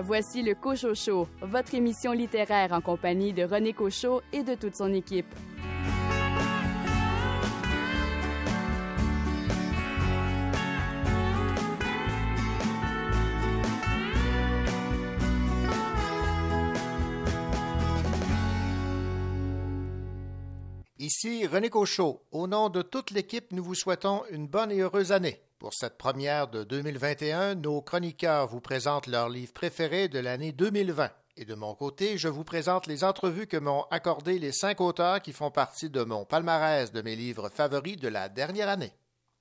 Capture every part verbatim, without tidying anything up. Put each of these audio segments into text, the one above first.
Voici le Cochot Show, votre émission littéraire en compagnie de René Cochot et de toute son équipe. Ici René Cochot. Au nom de toute l'équipe, nous vous souhaitons une bonne et heureuse année. Pour cette première de deux mille vingt et un, nos chroniqueurs vous présentent leurs livres préférés de l'année deux mille vingt. Et de mon côté, je vous présente les entrevues que m'ont accordées les cinq auteurs qui font partie de mon palmarès de mes livres favoris de la dernière année.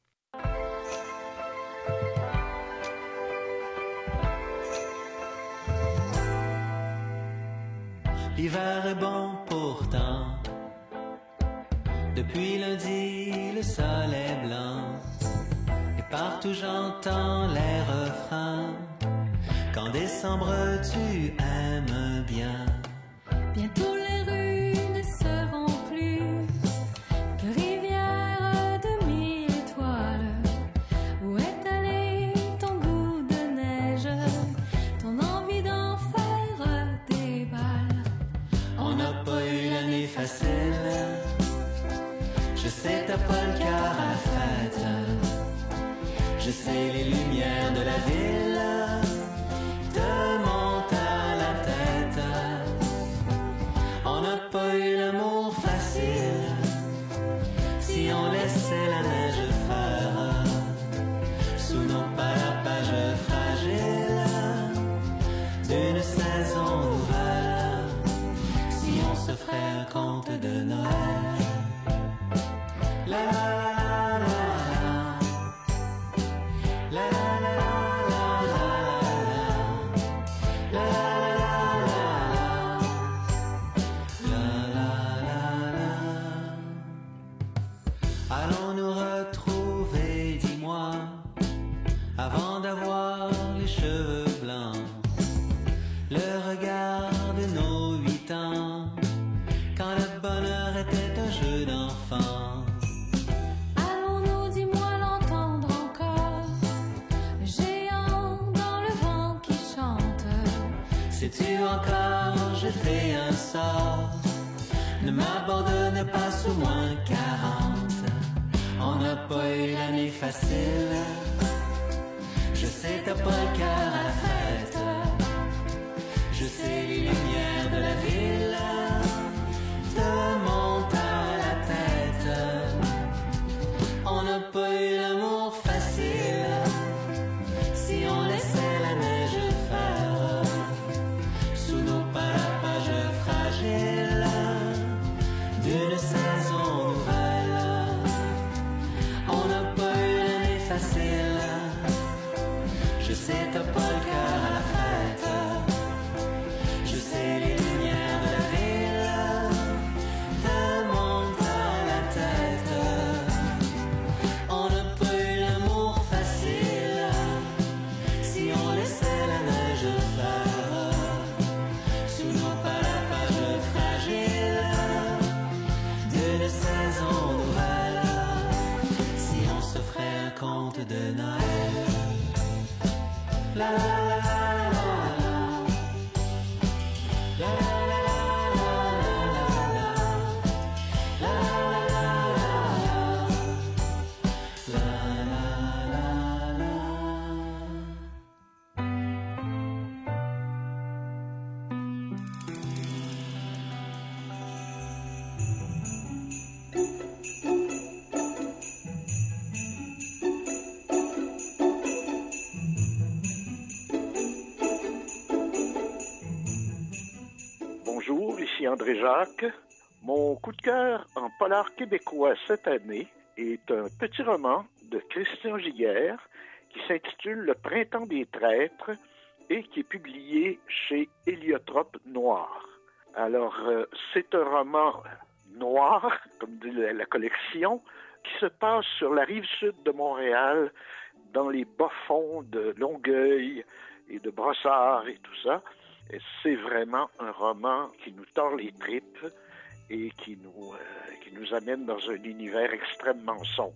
L'hiver est bon pourtant. Depuis lundi, le sol est blanc. Et partout j'entends les refrains. Qu'en décembre tu aimes bien. Bientôt les rues ne seront plus que rivières de mille étoiles. Où est allé ton goût de neige, ton envie d'en faire des balles? On n'a pas eu l'année facile. Je sais t'as pas le cœur à la fête. Je sais les lumières de la ville te montent à la tête. On n'a pas eu l'amour facile. Si on laissait la neige faire sous nos parapages fragiles d'une saison nouvelle. Si on se ferait un conte de Noël. La la la la la la la la la la. Allons nous retrouver, dis-moi, avant d'avoir les cheveux blancs, le regard de nos huit ans, quand le bonheur était un jeu d'enfant. Sais-tu encore jeter un sort? Ne m'abandonne pas sous moins quarante. On n'a pas eu l'année facile. Je sais t'as pas le cœur à la fête. Je sais les lumières de la ville te montent à la tête. On n'a pas eu l'amour facile. Si on laissait la neige faire sous nos parapages fragiles d'une saison nouvelle. On n'a pas eu l'année facile. Je sais t'as pas le cœur à la fête. Je sais les lumières de la ville te montent à la tête. On n'a pas eu l'amour facile. Si on laissait la neige faire sous nos parapages fragiles d'une saison nouvelle. Si on se ferait un conte de Noël. La la la la la la la Bonjour, ici André Jacques. Mon coup de cœur en polar québécois cette année est un petit roman de Christian Giguère qui s'intitule Le Printemps des traîtres et qui est publié chez Héliotrope Noir. Alors, euh, c'est un roman noir, comme dit la, la collection, qui se passe sur la rive sud de Montréal, dans les bas-fonds de Longueuil et de Brossard et tout ça. Et c'est vraiment un roman qui nous tord les tripes et qui nous, euh, qui nous amène dans un univers extrêmement sombre.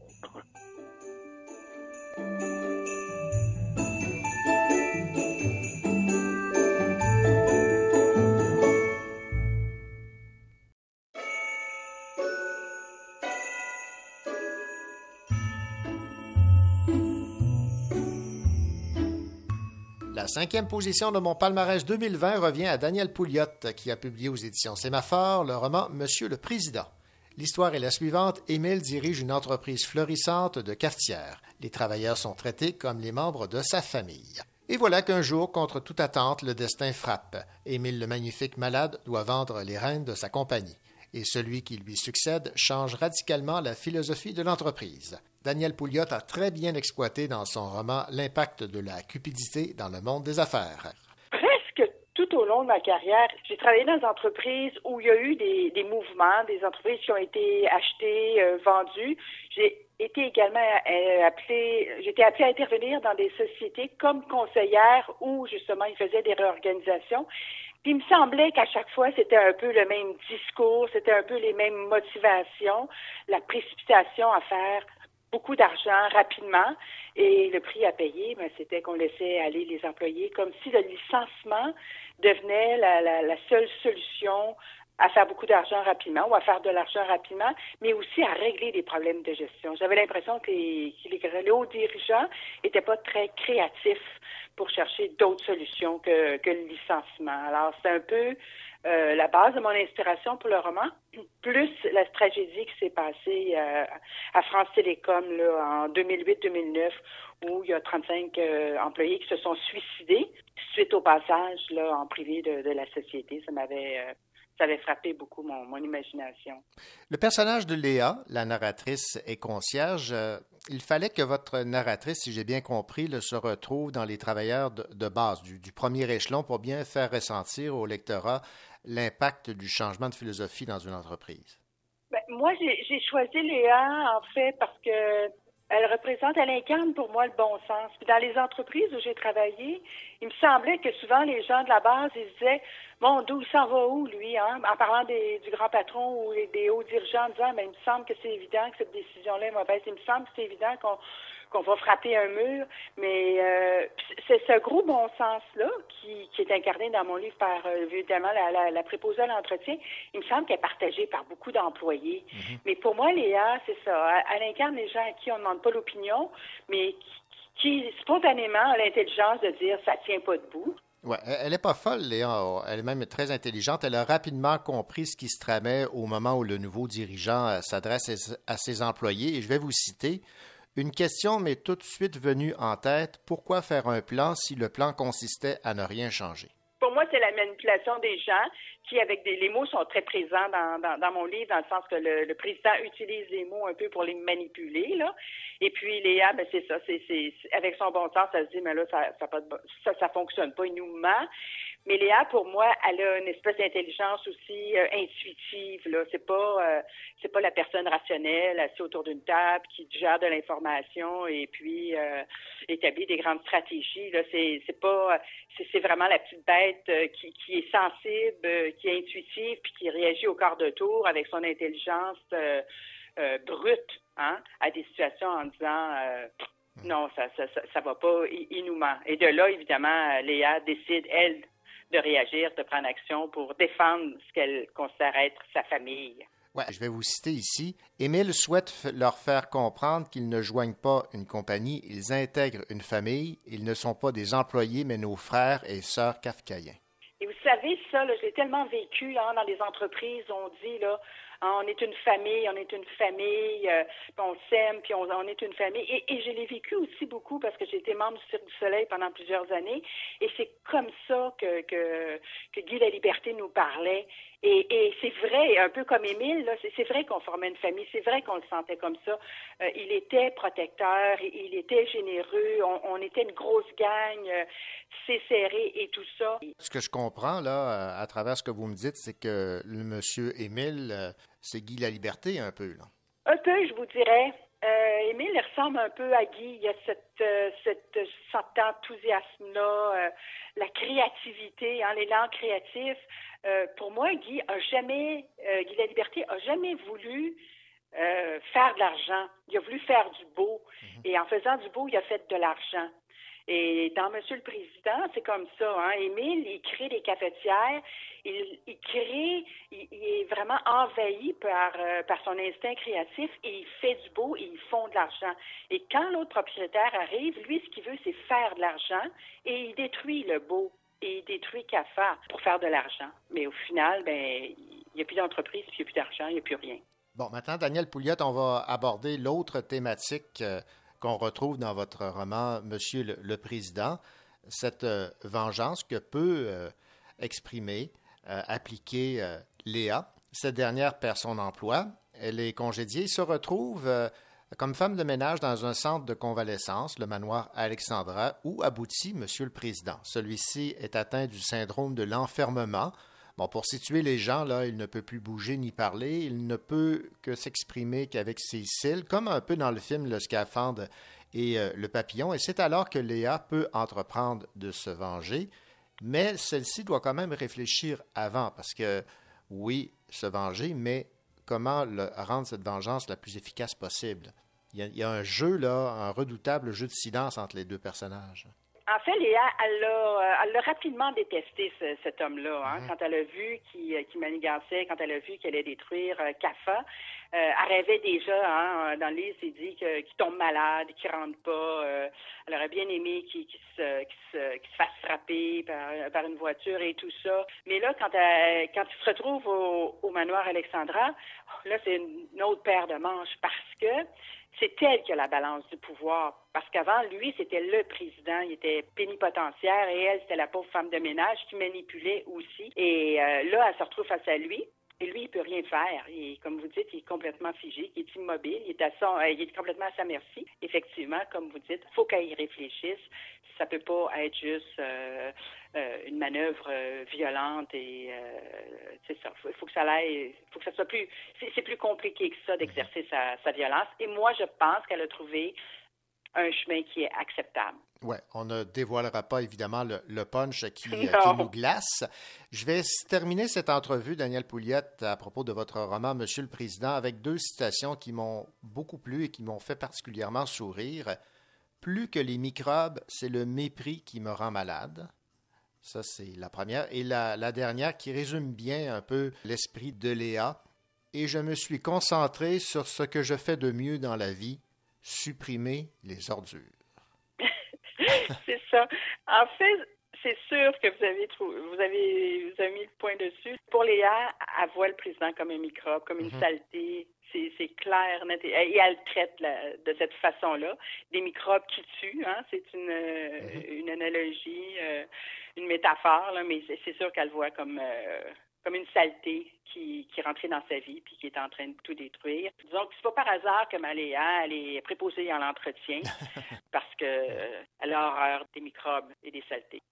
La cinquième position de mon palmarès deux mille vingt revient à Daniel Pouliot, qui a publié aux éditions Sémaphore le roman Monsieur le Président. L'histoire est la suivante. Émile dirige une entreprise florissante de cafetière. Les travailleurs sont traités comme les membres de sa famille. Et voilà qu'un jour, contre toute attente, le destin frappe. Émile le magnifique malade doit vendre les rênes de sa compagnie. Et celui qui lui succède change radicalement la philosophie de l'entreprise. Daniel Pouliot a très bien exploité dans son roman l'impact de la cupidité dans le monde des affaires. Presque tout au long de ma carrière, j'ai travaillé dans des entreprises où il y a eu des, des mouvements, des entreprises qui ont été achetées, euh, vendues. J'ai été également euh, appelée, j'ai été appelée à intervenir dans des sociétés comme conseillère où justement ils faisaient des réorganisations. Puis il me semblait qu'à chaque fois, c'était un peu le même discours, c'était un peu les mêmes motivations, la précipitation à faire beaucoup d'argent rapidement et le prix à payer, ben, c'était qu'on laissait aller les employés comme si le licenciement devenait la, la, la seule solution à faire beaucoup d'argent rapidement ou à faire de l'argent rapidement, mais aussi à régler des problèmes de gestion. J'avais l'impression que les, que les, les hauts dirigeants n'étaient pas très créatifs pour chercher d'autres solutions que, que le licenciement. Alors, c'est un peu euh, la base de mon inspiration pour le roman, plus la tragédie qui s'est passée euh, à France Télécom là, en deux mille huit deux mille neuf, où il y a trente-cinq euh, employés qui se sont suicidés suite au passage là, en privé de, de la société. Ça m'avait... Euh, Ça avait frappé beaucoup mon, mon imagination. Le personnage de Léa, la narratrice et concierge, euh, il fallait que votre narratrice, si j'ai bien compris, là, se retrouve dans les travailleurs de, de base, du, du premier échelon, pour bien faire ressentir au lectorat l'impact du changement de philosophie dans une entreprise. Ben, moi, j'ai, j'ai choisi Léa, en fait, parce que elle représente, elle incarne pour moi le bon sens. Puis dans les entreprises où j'ai travaillé, il me semblait que souvent les gens de la base, ils disaient « Bon, d'où il s'en va où, lui? Hein? » En parlant des, du grand patron ou des hauts dirigeants, en disant « Mais il me semble que c'est évident que cette décision-là est mauvaise. Il me semble que c'est évident qu'on qu'on va frapper un mur. » Mais euh, c'est ce gros bon sens-là qui, qui est incarné dans mon livre par, euh, évidemment, la, la, la préposée à l'entretien. Il me semble qu'elle est partagée par beaucoup d'employés. Mm-hmm. Mais pour moi, Léa, c'est ça. Elle, elle incarne les gens à qui on ne demande pas l'opinion, mais qui, qui spontanément a l'intelligence de dire « ça tient pas debout ». Oui, elle n'est pas folle, Léa. Elle est même très intelligente. Elle a rapidement compris ce qui se tramait au moment où le nouveau dirigeant s'adresse à ses employés. Et je vais vous citer. Une question m'est tout de suite venue en tête. Pourquoi faire un plan si le plan consistait à ne rien changer? Pour moi, c'est la manipulation des gens qui, avec des, les mots sont très présents dans, dans, dans mon livre, dans le sens que le, le président utilise les mots un peu pour les manipuler, là. Et puis, Léa, ben, c'est ça, c'est, c'est, avec son bon sens, elle se dit, mais là, ça, ça, ça, ça fonctionne pas, il nous ment. Mais Léa, pour moi, elle a une espèce d'intelligence aussi euh, intuitive, là. C'est pas, euh, c'est pas la personne rationnelle assise autour d'une table qui gère de l'information et puis euh, établit des grandes stratégies, là. C'est, c'est pas, c'est, c'est vraiment la petite bête euh, qui, qui est sensible, euh, qui est intuitive puis qui réagit au quart de tour avec son intelligence euh, euh, brute, hein, à des situations en disant euh, non, ça, ça, ça, ça va pas, il, il nous ment. Et de là, évidemment, Léa décide, elle, de réagir, de prendre action pour défendre ce qu'elle considère être sa famille. Ouais, je vais vous citer ici. Émile souhaite f- leur faire comprendre qu'ils ne joignent pas une compagnie, ils intègrent une famille. Ils ne sont pas des employés, mais nos frères et sœurs kafkaïens. Et vous savez, ça, là, je l'ai tellement vécu là, dans les entreprises, on dit, là, on est une famille, on est une famille, euh, puis on s'aime, puis on, on est une famille. Et, et je l'ai vécu aussi beaucoup parce que j'ai été membre du Cirque du Soleil pendant plusieurs années. Et c'est comme ça que, que, que Guy Laliberté nous parlait. Et, et c'est vrai, un peu comme Émile, là, c'est, c'est vrai qu'on formait une famille, c'est vrai qu'on le sentait comme ça. Euh, il était protecteur, il était généreux, on, on était une grosse gang, euh, c'est serré et tout ça. Ce que je comprends, là, à travers ce que vous me dites, c'est que le monsieur Émile, euh, c'est Guy Laliberté un peu, là. Un peu, je vous dirais. Euh, Émile il ressemble un peu à Guy. Il y a cette, euh, cette, cet enthousiasme-là, euh, la créativité, hein, l'élan créatif. Euh, pour moi, Guy a jamais, euh, Guy Laliberté a jamais voulu euh, faire de l'argent. Il a voulu faire du beau. Mm-hmm. Et en faisant du beau, il a fait de l'argent. Et dans Monsieur le Président, c'est comme ça. Hein? Émile, il crée des cafetières, il, il crée, il, il est vraiment envahi par, euh, par son instinct créatif et il fait du beau et ils font de l'argent. Et quand l'autre propriétaire arrive, lui, ce qu'il veut, c'est faire de l'argent et il détruit le beau et il détruit C A F A pour faire de l'argent. Mais au final, ben, il n'y a plus d'entreprise, puis il n'y a plus d'argent, il n'y a plus rien. Bon, maintenant, Daniel Pouliot, on va aborder l'autre thématique euh, qu'on retrouve dans votre roman, Monsieur le, le Président, cette euh, vengeance que peut euh, exprimer, euh, appliquer euh, Léa. Cette dernière perd son emploi, elle est congédiée, se retrouve euh, comme femme de ménage dans un centre de convalescence, le manoir Alexandra, où aboutit Monsieur le Président. Celui-ci est atteint du syndrome de l'enfermement. Bon, pour situer les gens, là, il ne peut plus bouger ni parler, il ne peut que s'exprimer qu'avec ses cils, comme un peu dans le film Le Scaphandre et euh, le Papillon. Et c'est alors que Léa peut entreprendre de se venger, mais celle-ci doit quand même réfléchir avant, parce que, oui, se venger, mais comment le, rendre cette vengeance la plus efficace possible? Il y a, il y a un jeu, là, un redoutable jeu de silence entre les deux personnages. En fait, Léa, elle l'a, elle l'a rapidement détesté, ce, cet homme-là. Hein, mmh. Quand elle a vu qu'il, qu'il manigançait, quand elle a vu qu'elle allait détruire euh, C A F A, euh, elle rêvait déjà, hein, dans le livre, c'est dit que, qu'il tombe malade, qu'il ne rentre pas. Euh, elle aurait bien aimé qu'il, qu'il, se, qu'il, se, qu'il se fasse frapper par, par une voiture et tout ça. Mais là, quand, elle, quand il se retrouve au, au manoir Alexandra, là, c'est une, une autre paire de manches parce que c'est elle qui a la balance du pouvoir. Parce qu'avant, lui, c'était le président. Il était plénipotentiaire et elle, c'était la pauvre femme de ménage qui manipulait aussi. Et euh, là, elle se retrouve face à lui. Et lui, il peut rien faire. Et comme vous dites, il est complètement figé, il est immobile, il est, à son, euh, il est complètement à sa merci. Effectivement, comme vous dites, il faut qu'elle y réfléchisse. Ça peut pas être juste euh, euh, une manœuvre euh, violente et euh, c'est ça. Il faut, faut que ça aille, faut que ça soit plus. C'est, c'est plus compliqué que ça d'exercer sa, sa violence. Et moi, je pense qu'elle a trouvé un chemin qui est acceptable. Oui, on ne dévoilera pas évidemment le, le punch qui, euh, qui nous glace. Je vais terminer cette entrevue, Daniel Pouliot, à propos de votre roman Monsieur le Président, avec deux citations qui m'ont beaucoup plu et qui m'ont fait particulièrement sourire. Plus que les microbes, c'est le mépris qui me rend malade. Ça, c'est la première. Et la, la dernière qui résume bien un peu l'esprit de Léa. Et je me suis concentré sur ce que je fais de mieux dans la vie, supprimer les ordures. C'est ça. En fait, c'est sûr que vous avez trouvé, vous avez, vous avez mis le point dessus. Pour Léa, elle voit le président comme un microbe, comme une mm-hmm. saleté. C'est, c'est clair, net, et, et elle traite la, de cette façon-là. Des microbes qui tuent, hein, c'est une, mm-hmm. une analogie, euh, une métaphore, là, mais c'est, c'est sûr qu'elle voit comme, euh, comme une saleté qui, qui est rentrée dans sa vie puis qui est en train de tout détruire. Disons que c'est pas par hasard que Maléa, elle est préposée à l'entretien parce que euh, elle a horreur des microbes et des saletés.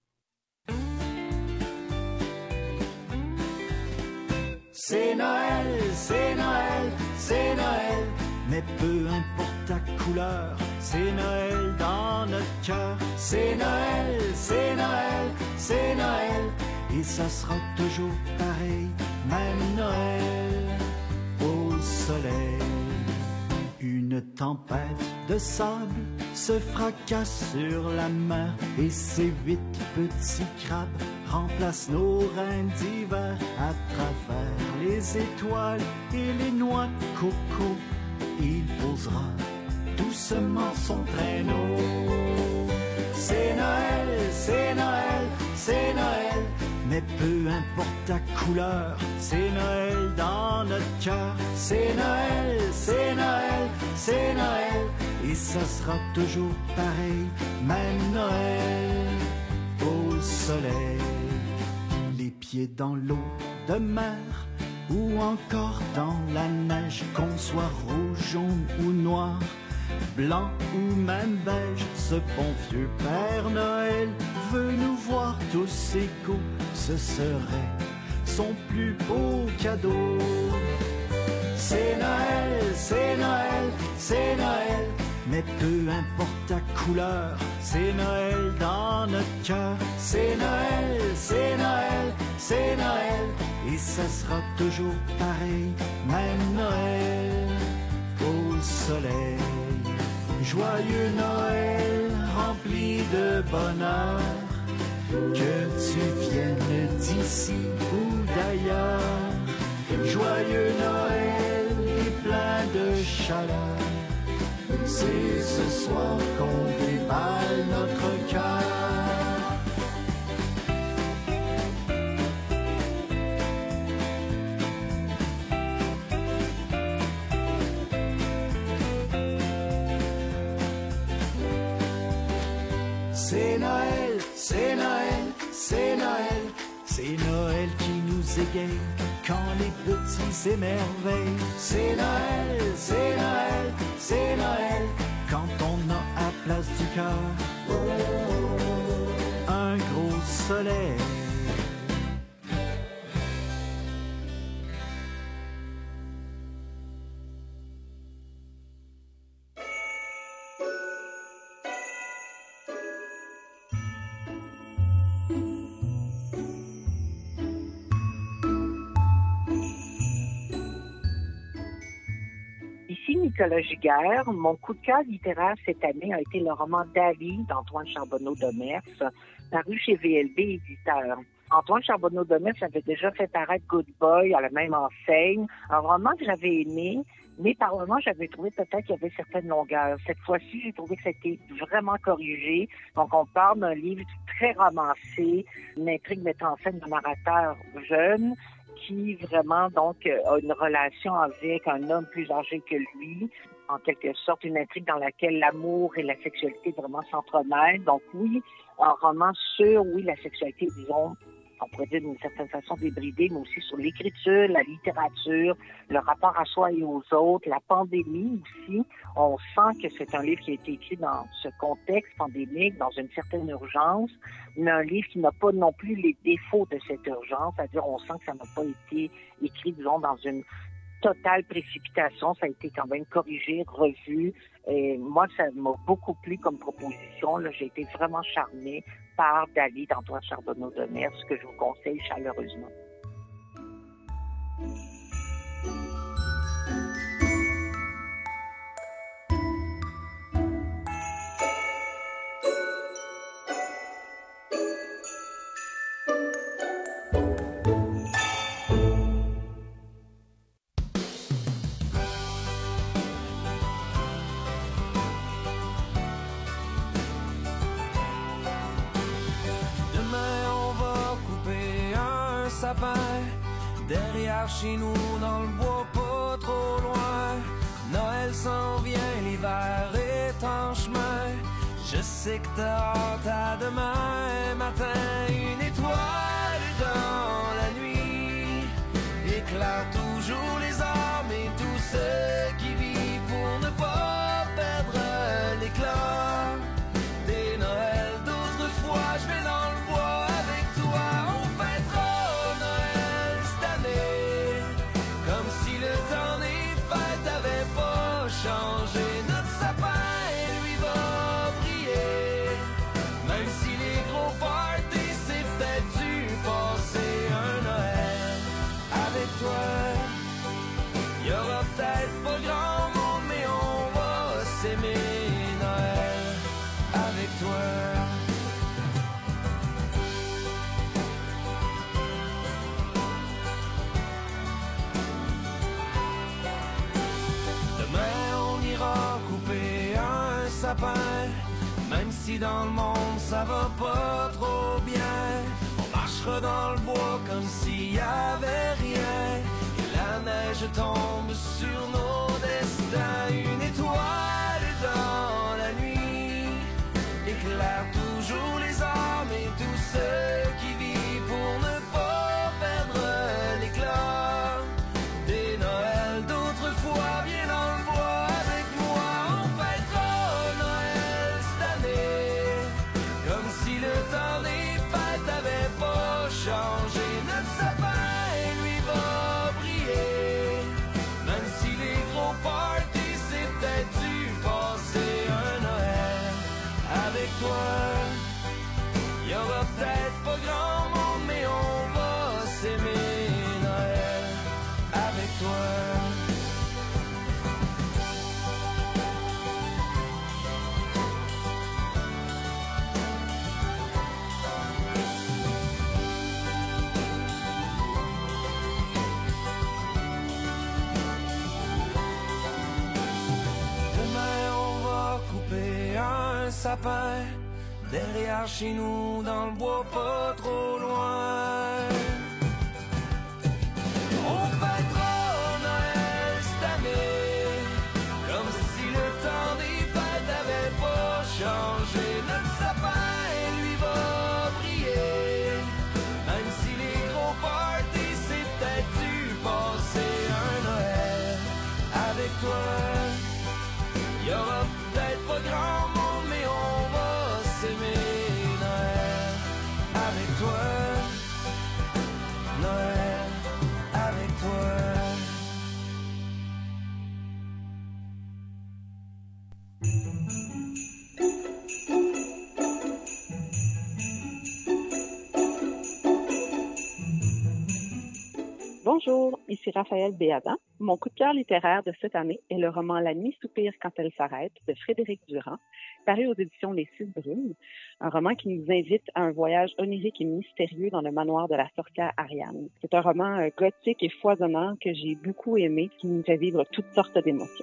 C'est Noël, c'est Noël, c'est Noël, mais peu importe ta couleur, c'est Noël dans notre cœur. C'est Noël, c'est Noël, c'est Noël, et ça sera toujours pareil, même Noël au soleil. Une tempête de sable se fracasse sur la mer et ses huit petits crabes remplacent nos reines d'hiver. À travers les étoiles et les noix de coco, il posera doucement son traîneau. C'est Noël, c'est Noël, c'est Noël, mais peu importe ta couleur, c'est Noël dans notre cœur. C'est Noël, c'est Noël, c'est Noël, et ça sera toujours pareil, même Noël au soleil. Les pieds dans l'eau de mer ou encore dans la neige, qu'on soit rouge, jaune ou noir, blanc ou même beige, ce bon vieux Père Noël veut nous voir tous égaux. Ce serait son plus beau cadeau. C'est Noël, c'est Noël, c'est Noël, mais peu importe ta couleur, c'est Noël dans notre cœur. C'est Noël, c'est Noël, c'est Noël, et ça sera toujours pareil, même Noël au soleil. Joyeux Noël, rempli de bonheur, que tu viennes d'ici ou d'ailleurs. Joyeux Noël et plein de chaleur, c'est ce soir qu'on déballe notre cœur. C'est Noël, c'est Noël, c'est Noël, c'est Noël qui nous égaye quand les petits s'émerveillent. C'est Noël, c'est Noël, c'est Noël, quand on a à place du cœur un gros soleil. Nicolas Giguère. Mon coup de cœur littéraire cette année a été le roman Dali d'Antoine Charbonneau-Demers, paru chez V L B Éditeur. Antoine Charbonneau-Demers avait déjà fait paraître Good Boy à la même enseigne, un roman que j'avais aimé, mais par moments, j'avais trouvé peut-être qu'il y avait certaines longueurs. Cette fois-ci, j'ai trouvé que c'était vraiment corrigé. Donc, on parle d'un livre très romancé, une intrigue mettant en scène un narrateur jeune, qui vraiment donc a une relation avec un homme plus âgé que lui, en quelque sorte une intrigue dans laquelle l'amour et la sexualité vraiment s'entremêlent. Donc oui, un roman sur, oui, la sexualité, disons, on pourrait dire d'une certaine façon débridée, mais aussi sur l'écriture, la littérature, le rapport à soi et aux autres, la pandémie aussi. On sent que c'est un livre qui a été écrit dans ce contexte pandémique, dans une certaine urgence, mais un livre qui n'a pas non plus les défauts de cette urgence, c'est-à-dire on sent que ça n'a pas été écrit, disons, dans une totale précipitation, ça a été quand même corrigé, revu. Et moi, ça m'a beaucoup plu comme proposition. Là, j'ai été vraiment charmée par Dali d'Antoine Charbonneau-Demers, ce que je vous conseille chaleureusement. Derrière chez nous dans le bois pas trop loin, Noël s'en vient, l'hiver est en chemin. Je sais que t'as hâte à demain matin. Une étoile dans la nuit éclaire toujours les âmes et tous ceux qui vivent pour ne pas perdre l'éclat des Noëls d'autrefois. Je vais dans le bois avec toi, on fêtera changer. Notre sapin, lui, va briller. Même si les gros parties, c'est peut-être dû passer un Noël avec toi. Y aura peut-être pas grand monde, mais on va s'aimer Noël avec toi. Même si dans le monde ça va pas trop bien, on marchera dans le bois comme s'il y avait rien. Et la neige tombe sur nos destins. Une étoile dans la nuit éclaire toujours les âmes et tous ceux qui vivent pour ne pas perdre l'éclat des Noëls d'autrefois. Viens dans le bois avec moi, on fêtera changer. Notre sapin, lui, va briller. Même si les gros parties, c'est peut-être dû passer un Noël avec toi. Y aura peut-être pas grand monde, mais on va s'aimer Noël avec toi. sapin, derrière chez nous, dans le bois pas trop loin. On fêtera Noël cette année, comme si le temps des fêtes avait pas changé. Notre sapin, lui, va briller, même si les gros parties, c'est peut-être dû passer un Noël avec toi. Y aura peut-être pas grand monde, mais on va s'aimer. Noël avec toi, Noël avec toi. Bonjour, ici Raphaël Béadan. Mon coup de cœur littéraire de cette année est le roman La nuit soupire quand elle s'arrête de Frédéric Durand, paru aux éditions Les Six Brumes, un roman qui nous invite à un voyage onirique et mystérieux dans le manoir de la sorcière Ariane. C'est un roman euh, gothique et foisonnant que j'ai beaucoup aimé, qui nous fait vivre toutes sortes d'émotions.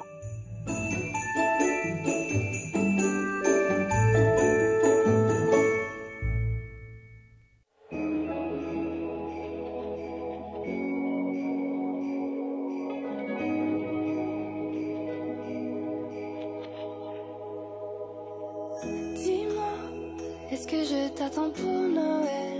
Est-ce que je t'attends pour Noël?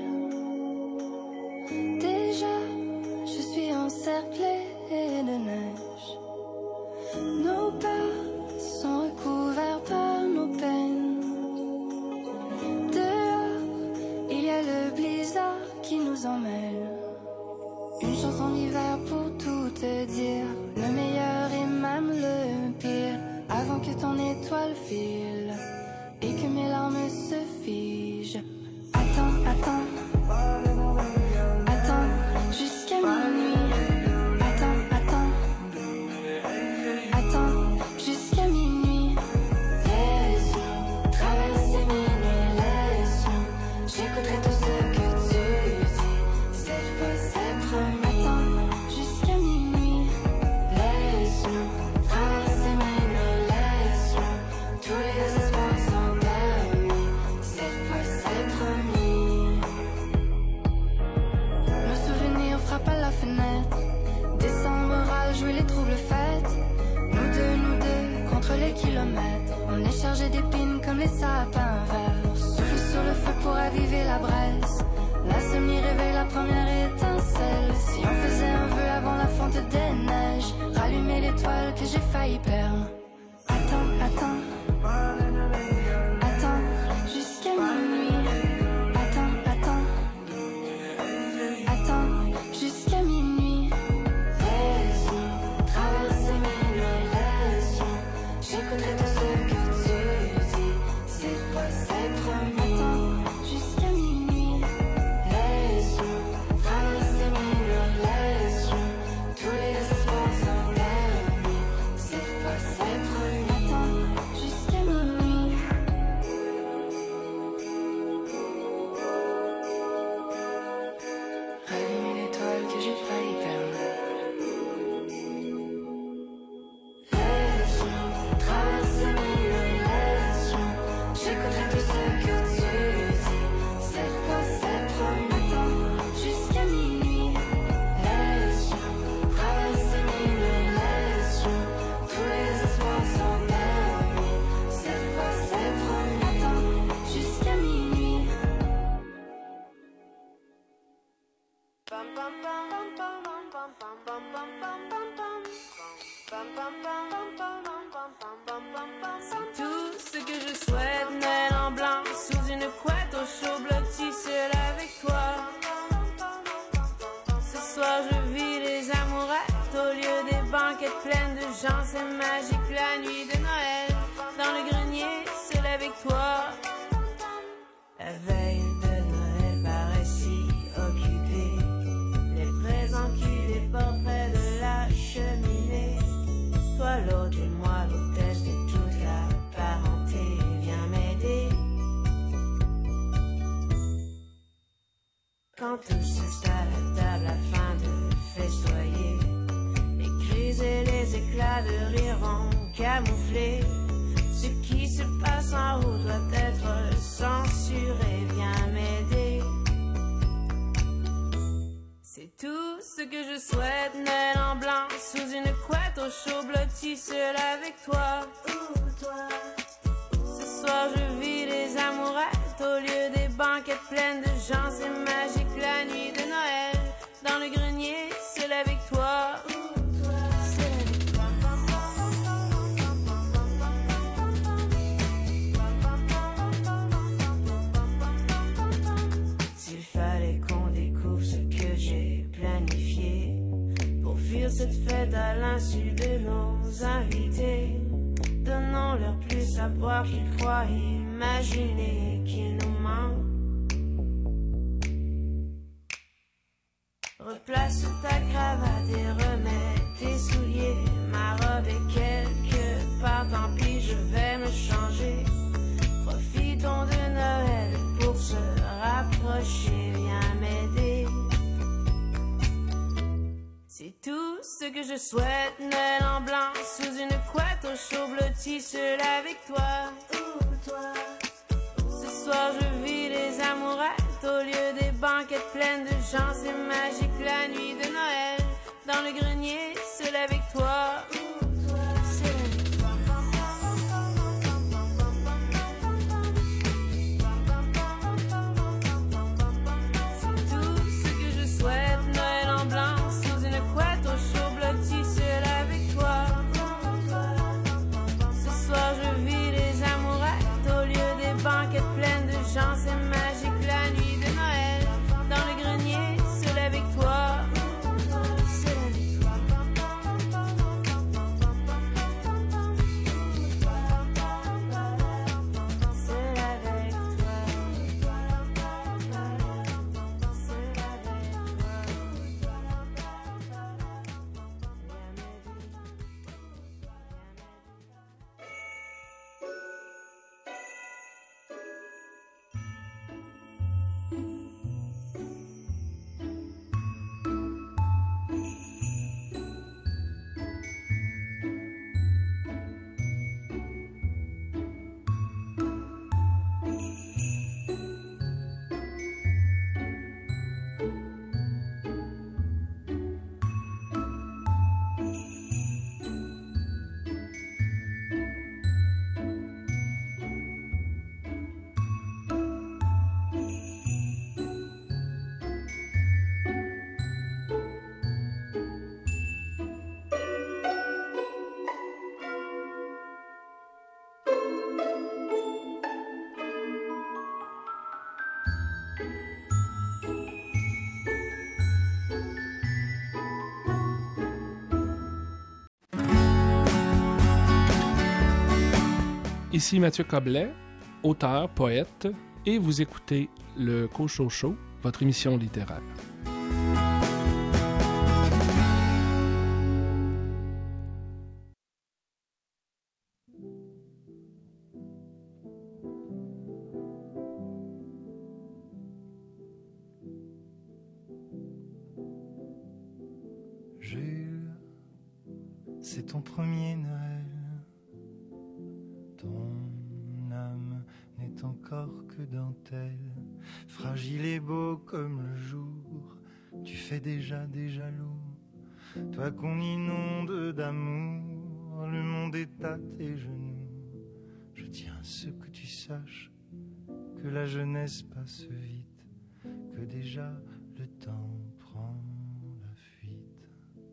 Déjà, je suis encerclée de neige. Nos pas sont recouverts par nos peines. Dehors, il y a le blizzard qui nous emmêle. Une chanson d'hiver pour tout te dire, le meilleur et même le pire, avant que ton étoile file et que mes larmes se figent. Attends, attends, attends jusqu'à minuit. Attends, attends, attends jusqu'à minuit. Laisse-nous traverser minuit, laisse-nous. J'écouterai tout ce que tu dis. Cette fois c'est promis. Attends jusqu'à minuit. Laisse-nous traverser minuit, laisse-nous. Tous les espoirs sont permis. Cette fois c'est promis. Me souvenir frappe à la fenêtre. Décembre a joué les troubles fêtes. Nous deux, nous deux, contre les kilomètres. On est chargé d'épines comme les sapins verts. Souffle sur le feu pour aviver la braise. L'insomnie réveille la première étincelle. Si on faisait un vœu avant la fonte des neiges, rallumer l'étoile que j'ai failli perdre. Attends, attends, attends jusqu'à minuit. Attends, attends, attends jusqu'à minuit. Laisse-nous traverser minuit, laisse-nous. J'écouterai tout ce que tu dis. Cette fois c'est promis. Attends jusqu'à minuit. Laisse-nous traverser minuit, laisse-nous. Tous les espoirs sont permis. Cette fois c'est promis. Attends jusqu'à minuit. Rallumer l'étoile que j'ai failli perdre. Laisse-nous traverser minuit, laisse-nous. J'écouterai tout ce que tu dis. Cette fois c'est promis. Attends jusqu'à minuit. Laisse-nous traverser minuit, laisse-nous. Tous les espoirs sont permis. Cette fois c'est promis. Attends jusqu'à minuit. C'est tout ce que je souhaite, Noël en blanc, sous une couette au chaud, blotti seul avec toi. Ce soir je vis les amourettes au lieu des banquettes pleines de gens, c'est magique la nuit de Noël, dans le grenier, seul avec toi. La veille de Noël paraît si occupée, les présents qui déportent près de la cheminée. Toi l'autre et moi l'hôtesse de toute la parenté, viens m'aider. Quand tous s'installent à table afin de festoyer, les cris et les éclats de rire vont camoufler ce qui se passe passe en route doit être censuré. Viens m'aider. C'est tout ce que je souhaite, Noël en blanc, sous une couette au chaud, blotti, seul avec toi. Où toi? Ce soir je vis les amourettes au lieu des banquettes pleines de gens. C'est magique la nuit de Noël, dans le grenier, seul avec toi. Où toi? Seul avec toi. S'il fallait qu'on découvre ce que j'ai planifié pour vivre cette fête à l'insu de nos invités, donnons-leur plus à boire qu'ils croient imaginer qu'ils nous manquent. Replace ta cravate et remets tes souliers. Ma robe est quelque part, tant pis, je vais me changer. Profitons de Noël pour se rapprocher, viens m'aider. C'est tout ce que je souhaite, Noël en blanc, sous une couette au chaud, blotti, seul avec toi. Où toi? Ce soir je vis les amourettes au lieu des banquettes pleines de gens. C'est magique la nuit de Noël, dans le grenier, seul avec toi. Où toi? Seul avec toi. C'est tout ce que je souhaite, Noël en blanc, sous une couette au chaud, blotti, seul avec toi. Ce soir je vis les amourettes au lieu des banquettes pleines de gens. C'est magique la nuit de Noël, dans le grenier, seul avec toi. Seul avec toi. Seul avec toi. Seul avec toi. Ici Mathieu Coblet, auteur, poète, et vous écoutez le Cochon Show, votre émission littéraire. Jules, c'est ton premier Noël. Ton âme n'est encore que dentelle, fragile et beau comme le jour. Tu fais déjà des jaloux, toi qu'on inonde d'amour. Le monde est à tes genoux. Je tiens à ce que tu saches que la jeunesse passe vite, que déjà le temps prend la fuite.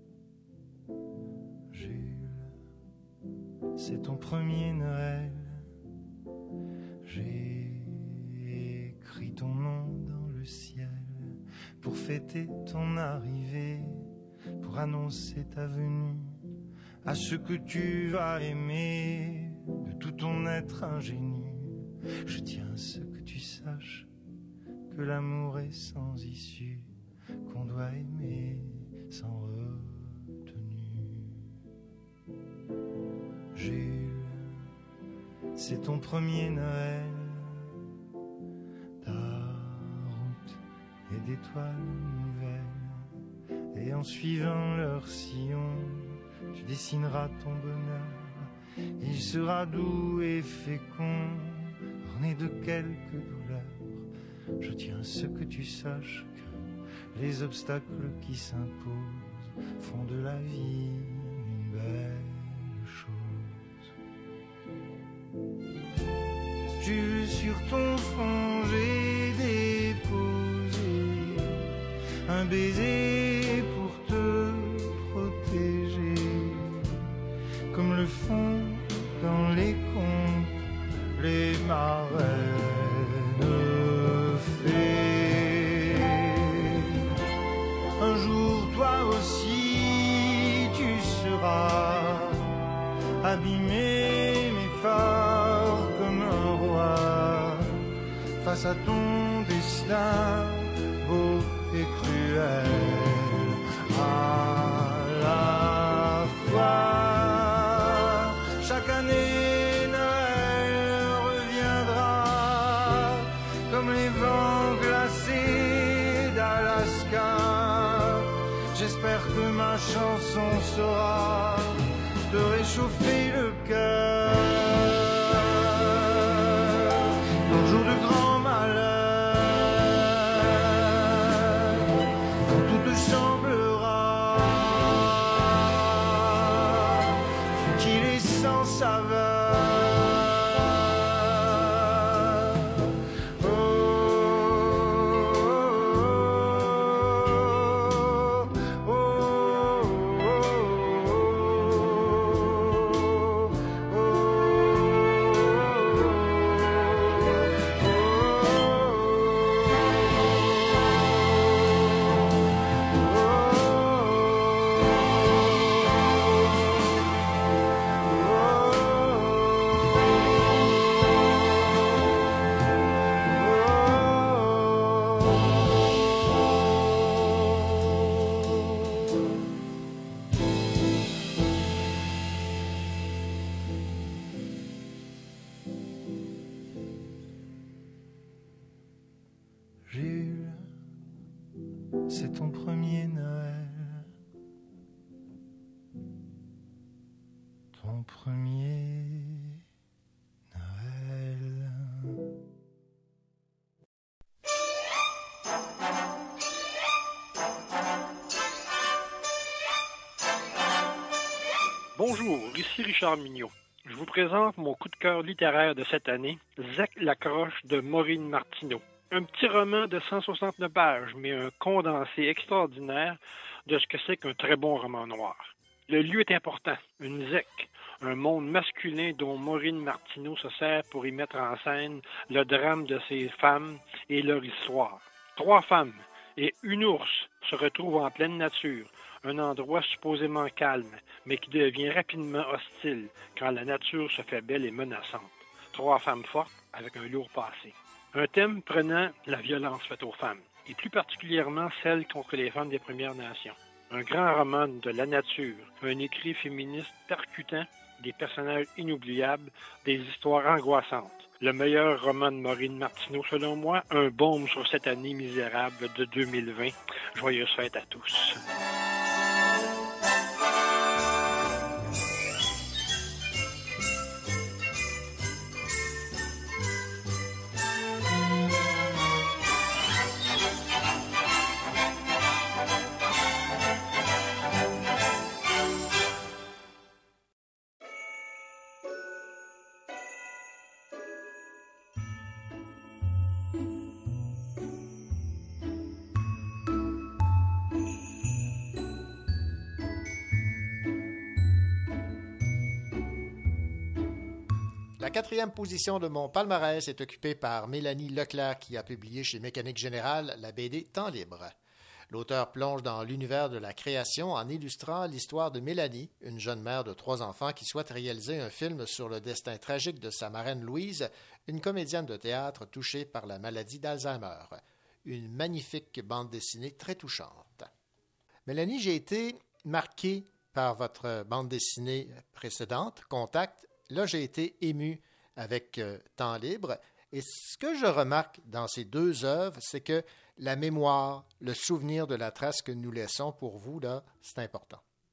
Jules, c'est ton premier Noël. J'ai écrit ton nom dans le ciel pour fêter ton arrivée, pour annoncer ta venue à ce que tu vas aimer de tout ton être ingénu. Je tiens à ce que tu saches que l'amour est sans issue, qu'on doit aimer sans retenue. Jules, c'est ton premier Noël. Ta route est d'étoiles nouvelles, et en suivant leur sillon, tu dessineras ton bonheur Il sera doux et fécond, orné de quelques douleurs. Je tiens à ce que tu saches que les obstacles qui s'imposent font de la vie une belle chose. J'ai vu sur ton front, j'ai déposé un baiser pour te protéger, comme le font dans les contes les marraines fées. Un jour toi aussi tu seras abîmé mais fort comme un roi face à ton destin beau et cruel à la fois. Chaque année Noël reviendra comme les vents glacés d'Alaska. J'espère que ma chanson saura te réchauffer le cœur dans le jour de grand malheur, quand tout te semblera futile et sans saveur. Jules, c'est ton premier Noël, ton premier Noël. Bonjour, ici Richard Mignot. Je vous présente mon coup de cœur littéraire de cette année, Zec Lacroche de Maureen Martineau. Un petit roman de cent soixante-neuf pages, mais un condensé extraordinaire de ce que c'est qu'un très bon roman noir. Le lieu est important, une zec, un monde masculin dont Maureen Martineau se sert pour y mettre en scène le drame de ces femmes et leur histoire. Trois femmes et une ours se retrouvent en pleine nature, un endroit supposément calme, mais qui devient rapidement hostile quand la nature se fait belle et menaçante. Trois femmes fortes avec un lourd passé. Un thème prenant la violence faite aux femmes, et plus particulièrement celle contre les femmes des Premières Nations. Un grand roman de la nature, un écrit féministe percutant, des personnages inoubliables, des histoires angoissantes. Le meilleur roman de Maureen Martineau, selon moi, un baume sur cette année misérable de deux mille vingt. Joyeuses fêtes à tous. La quatrième position de mon palmarès est occupée par Mélanie Leclerc qui a publié chez Mécanique Générale la B D Temps libre. L'auteur plonge dans l'univers de la création en illustrant l'histoire de Mélanie, une jeune mère de trois enfants qui souhaite réaliser un film sur le destin tragique de sa marraine Louise, une comédienne de théâtre touchée par la maladie d'Alzheimer. Une magnifique bande dessinée très touchante. Mélanie, j'ai été marqué par votre bande dessinée précédente, Contact. Là, j'ai été ému avec euh, Temps libre. Et ce que je remarque dans ces deux œuvres, c'est que la mémoire, le souvenir de la trace que nous laissons pour vous, là, c'est important.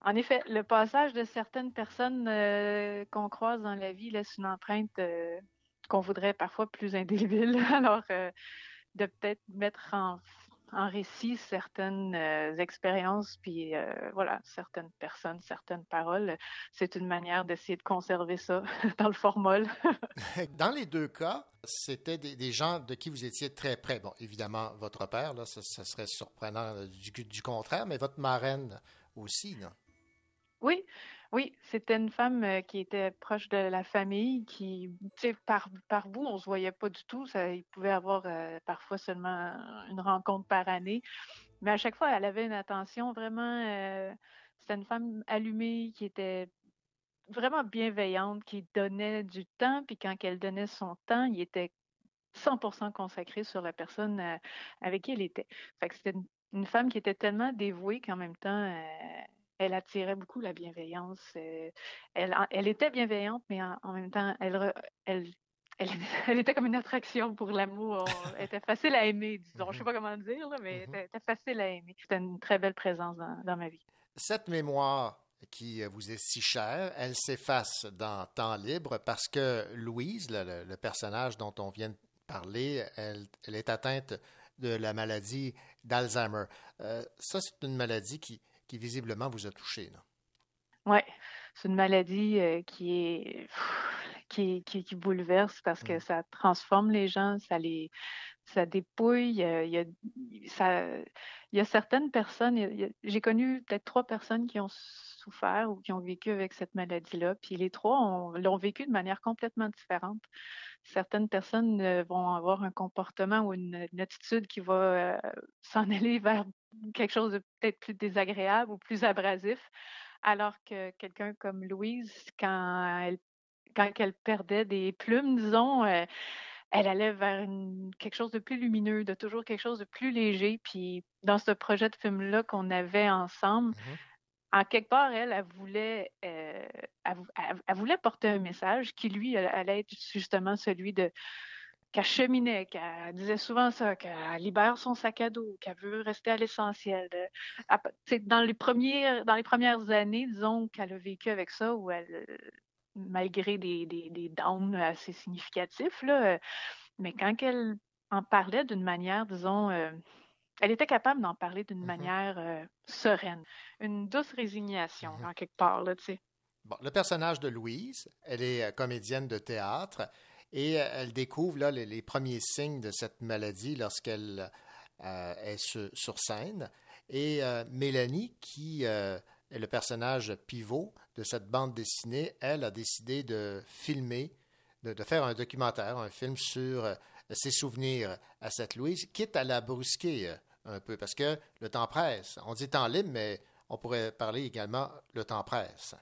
En effet, le passage de certaines personnes euh, qu'on croise dans la vie laisse une empreinte euh, qu'on voudrait parfois plus indélébile. Alors, euh, de peut-être mettre en, en récit certaines euh, expériences, puis euh, voilà, certaines personnes, certaines paroles, c'est une manière d'essayer de conserver ça dans le formol. Dans les deux cas, c'était des, des gens de qui vous étiez très près. Bon, évidemment, votre père, là, ça, ça serait surprenant euh, du, du contraire, mais votre marraine aussi, non? Oui, oui, c'était une femme euh, qui était proche de la famille, qui, tu sais, par, par bout, on se voyait pas du tout. Ça, il pouvait avoir euh, parfois seulement une rencontre par année. Mais à chaque fois, elle avait une attention vraiment. Euh, c'était une femme allumée qui était vraiment bienveillante, qui donnait du temps. Puis quand elle donnait son temps, il était cent pour cent consacré sur la personne euh, avec qui elle était. Fait que c'était une, une femme qui était tellement dévouée qu'en même temps, euh, elle attirait beaucoup la bienveillance. Euh, elle, elle était bienveillante, mais en, en même temps, elle, re- elle, elle, elle était comme une attraction pour l'amour. On- Elle était facile à aimer, disons. Je sais pas comment dire, là, mais elle était facile à aimer. C'était une très belle présence dans, dans ma vie. Cette mémoire qui vous est si chère, elle s'efface dans Temps libre parce que Louise, le, le- le personnage dont on vient de parler, elle, elle est atteinte de la maladie d'Alzheimer. Euh, ça, c'est une maladie qui, qui visiblement vous a touché, là. Oui, c'est une maladie euh, qui est pff, qui, qui, qui bouleverse parce que ça transforme les gens, ça les ça dépouille. euh, Il y a, ça, il y a certaines personnes, il y a- il y a- j'ai connu peut-être trois personnes qui ont souffert ou qui ont vécu avec cette maladie-là, puis les trois ont- l'ont vécu de manière complètement différente. Certaines personnes euh, vont avoir un comportement ou une, une attitude qui va euh, s'en aller vers quelque chose de peut-être plus désagréable ou plus abrasif, alors que quelqu'un comme Louise, quand elle, quand elle perdait des plumes, disons, euh, elle allait vers une- quelque chose de plus lumineux, de toujours quelque chose de plus léger. Puis dans ce projet de film-là qu'on avait ensemble, en quelque part, elle, elle voulait, euh, elle, vou- elle- elle voulait porter un message qui, lui, allait allait être justement celui de qu'elle cheminait, qu'elle disait souvent ça, qu'elle libère son sac à dos, qu'elle veut rester à l'essentiel. Euh, à- tu sais, Dans les premiers, dans les premières années, disons, qu'elle a vécu avec ça, où elle, euh, malgré des, des, des downs assez significatifs, là, euh, mais quand elle en parlait d'une manière, disons, euh, elle était capable d'en parler d'une manière euh, sereine, une douce résignation, en quelque part, là, tu sais. Bon, le personnage de Louise, elle est euh, comédienne de théâtre et euh, elle découvre là, les, les premiers signes de cette maladie lorsqu'elle euh, est sur, sur scène. Et euh, Mélanie, qui euh, est le personnage pivot de cette bande dessinée, elle a décidé de filmer, de, de faire un documentaire, un film sur euh, ses souvenirs à cette Louise, quitte à la brusquer euh, un peu, parce que le temps presse. On dit temps libre, mais on pourrait parler également le temps presse.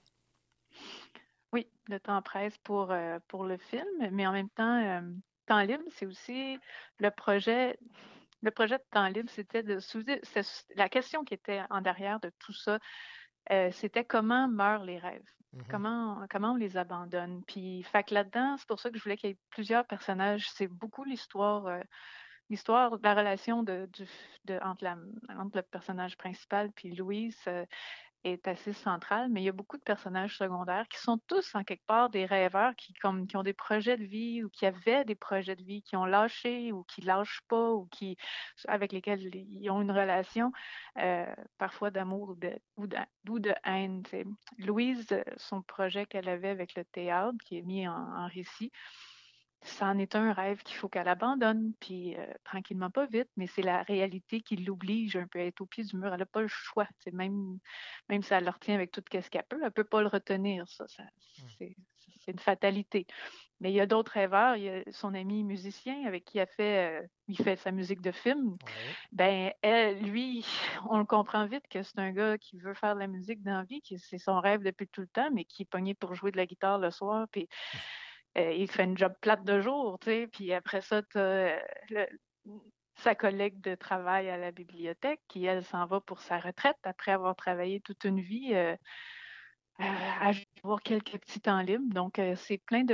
Oui, le temps presse pour, euh, pour le film, mais en même temps, euh, Temps libre, c'est aussi le projet. Le projet de Temps libre, c'était de soulever. c'est- La question qui était en derrière de tout ça, euh, c'était comment meurent les rêves? Comment, comment on les abandonne? Puis, fait que là-dedans, c'est pour ça que je voulais qu'il y ait plusieurs personnages. C'est beaucoup l'histoire, euh, l'histoire de la relation de, du- de- entre, la, entre le personnage principal puis Louise. euh, est assez centrale, mais il y a beaucoup de personnages secondaires qui sont tous en quelque part des rêveurs qui, comme, qui ont des projets de vie ou qui avaient des projets de vie, qui ont lâché ou qui lâchent pas ou qui, avec lesquels ils ont une relation, euh, parfois d'amour ou de, ou de, ou de haine. T'sais. Louise, son projet qu'elle avait avec le théâtre, qui est mis en, en récit, c'en est un rêve qu'il faut qu'elle abandonne, puis euh, tranquillement, pas vite, mais c'est la réalité qui l'oblige un peu à être au pied du mur. Elle n'a pas le choix. Même, même si elle le retient avec tout ce qu'elle peut, elle ne peut pas le retenir. Ça, ça c'est, c'est une fatalité. Mais il y a d'autres rêveurs. Il y a son ami musicien avec qui elle fait, euh, il fait sa musique de film. Ben, elle, lui, on le comprend vite que c'est un gars qui veut faire de la musique dans la vie, que c'est son rêve depuis tout le temps, mais qui est pogné pour jouer de la guitare le soir, puis euh, il fait une job plate de jour, tu sais, puis après ça, tu as sa collègue de travail à la bibliothèque qui, elle, s'en va pour sa retraite après avoir travaillé toute une vie euh, à avoir quelques petits temps libres. Donc, euh, c'est plein de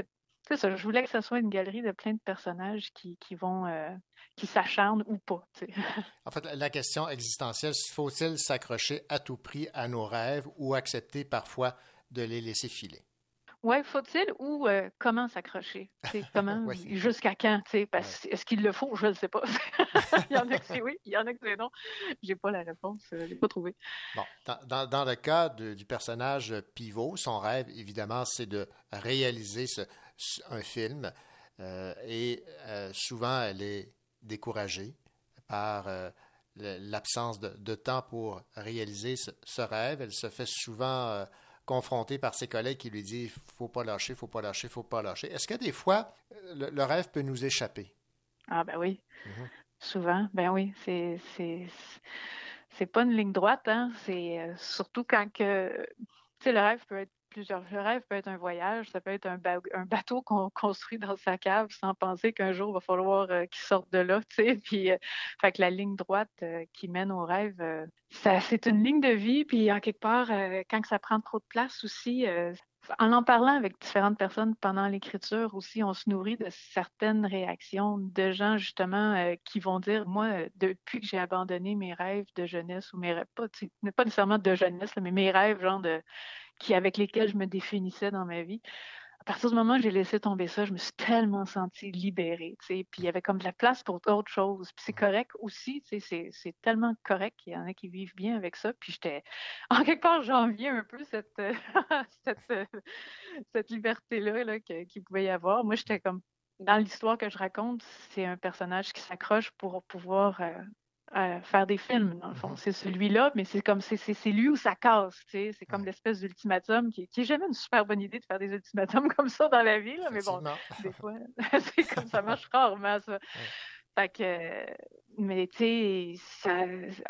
c'est ça, je voulais que ce soit une galerie de plein de personnages qui, qui vont, euh, qui s'acharnent ou pas, tu sais. En fait, la question existentielle, faut-il s'accrocher à tout prix à nos rêves ou accepter parfois de les laisser filer? Ouais, faut-il ou euh, comment s'accrocher? Tu sais, comment, Oui. jusqu'à quand? Tu sais, parce est-ce qu'il le faut? Je ne sais pas. Il y en a que c'est oui, il y en a que c'est non. J'ai pas la réponse, euh, je l'ai pas trouvée. Bon, dans, dans, dans le cas de- du personnage pivot, son rêve, évidemment, c'est de réaliser ce- ce- un film. Euh, et euh, souvent, elle est découragée par euh, le- l'absence de, de temps pour réaliser ce, ce rêve. Elle se fait souvent euh, confrontée par ses collègues qui lui disent « faut pas lâcher, faut pas lâcher, faut pas lâcher ». Est-ce que des fois, le, le rêve peut nous échapper? Ah ben oui, Mhm. souvent, ben oui, c'est c'est c'est pas une ligne droite, hein. C'est euh, surtout quand que tu sais, le rêve peut être plusieurs. Le rêve peut être un voyage, ça peut être un, ba- un bateau qu'on construit dans sa cave sans penser qu'un jour il va falloir euh, qu'il sorte de là, tu sais. Puis, euh, fait que la ligne droite euh, qui mène au rêve, euh, ça, c'est une ligne de vie. Puis, en quelque part, euh, quand que ça prend trop de place aussi, euh, en en parlant avec différentes personnes pendant l'écriture aussi, on se nourrit de certaines réactions de gens justement euh, qui vont dire, moi, euh, depuis que j'ai abandonné mes rêves de jeunesse ou mes rêves, pas, tu sais, pas nécessairement de jeunesse, là, mais mes rêves, genre de qui avec lesquels je me définissais dans ma vie. À partir du moment où j'ai laissé tomber ça, je me suis tellement sentie libérée, tu sais, puis il y avait comme de la place pour autre chose. Puis c'est correct aussi, tu sais, c'est, c'est tellement correct qu'il y en a qui vivent bien avec ça. Puis j'étais, en quelque part, j'enviais un peu cette, euh, cette, euh, cette liberté-là là, que- qu'il pouvait y avoir. Moi, j'étais comme, dans l'histoire que je raconte, c'est un personnage qui s'accroche pour pouvoir euh, euh, faire des films, dans le fond. C'est celui-là, mais c'est comme c'est, c'est, c'est lui où ça casse, tu sais. C'est comme l'espèce d'ultimatum qui, qui est jamais une super bonne idée de faire des ultimatums comme ça dans la vie, là, mais bon, des fois, c'est comme ça marche rarement, ça. Fait que, euh, mais tu sais, ça,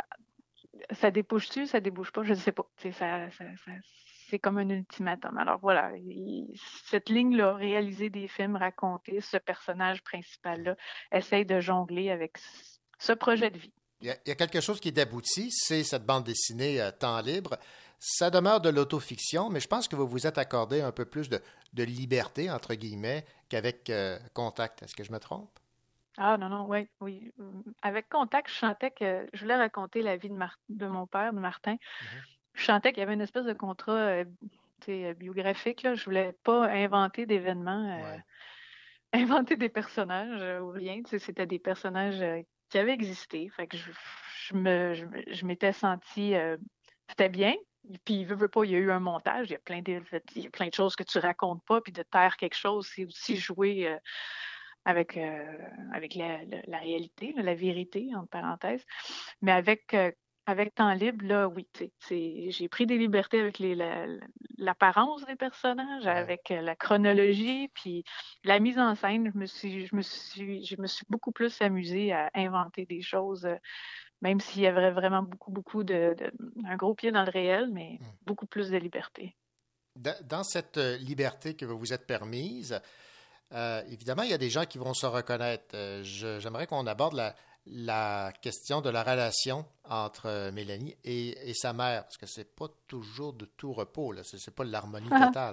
ça débouche-tu, ça débouche pas, je ne sais pas. Tu sais, ça, ça, ça, c'est comme un ultimatum. Alors voilà, il- cette ligne-là, réaliser des films, raconter ce personnage principal-là, essaye de jongler avec c- ce projet de vie. Il y, a, il y a quelque chose qui est abouti, c'est cette bande dessinée euh, Temps libre. Ça demeure de l'autofiction, mais je pense que vous vous êtes accordé un peu plus de, de liberté, entre guillemets, qu'avec euh, Contact. Est-ce que je me trompe? Ah non, non, oui, oui. Avec Contact, je sentais que je voulais raconter la vie de, Mar- de mon père, de Martin. Je sentais qu'il y avait une espèce de contrat euh, tu sais, biographique, là. Je voulais pas inventer d'événements, euh, inventer des personnages euh, ou rien. Tu sais, c'était des personnages euh, qui avaient existé. Fait que je, je me, je, me- je m'étais sentie, euh, c'était bien. Puis, veut, veut pas, il y a eu un montage. Il y a plein de, il y a plein de choses que tu racontes pas. Puis de taire quelque chose, c'est aussi jouer euh, avec, euh, avec la, la, la réalité, la vérité, entre parenthèses. Mais avec, euh, avec Temps libre, là, oui, tu sais, c'est- j'ai pris des libertés avec les, la- l'apparence des personnages, avec euh, la chronologie, puis la mise en scène. Je me suis, je me suis, je me suis beaucoup plus amusée à inventer des choses, euh, même s'il y avait vraiment beaucoup, beaucoup de, de- un gros pied dans le réel, mais beaucoup plus de liberté. Dans dans cette euh, liberté que vous vous êtes permise, euh, évidemment, il y a des gens qui vont se reconnaître. Euh, je- j'aimerais qu'on aborde la, la question de la relation entre euh, Mélanie et, et sa mère, parce que c'est pas toujours de tout repos, là. C'est, c'est pas l'harmonie totale.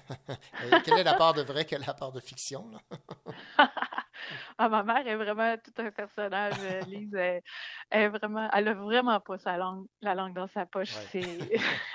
Et quelle est la part de vrai, quelle est la part de fiction, là? Ah, ma mère est vraiment tout un personnage, euh, Lise. Elle, elle est vraiment, elle a vraiment pas sa langue, la langue dans sa poche. C'est...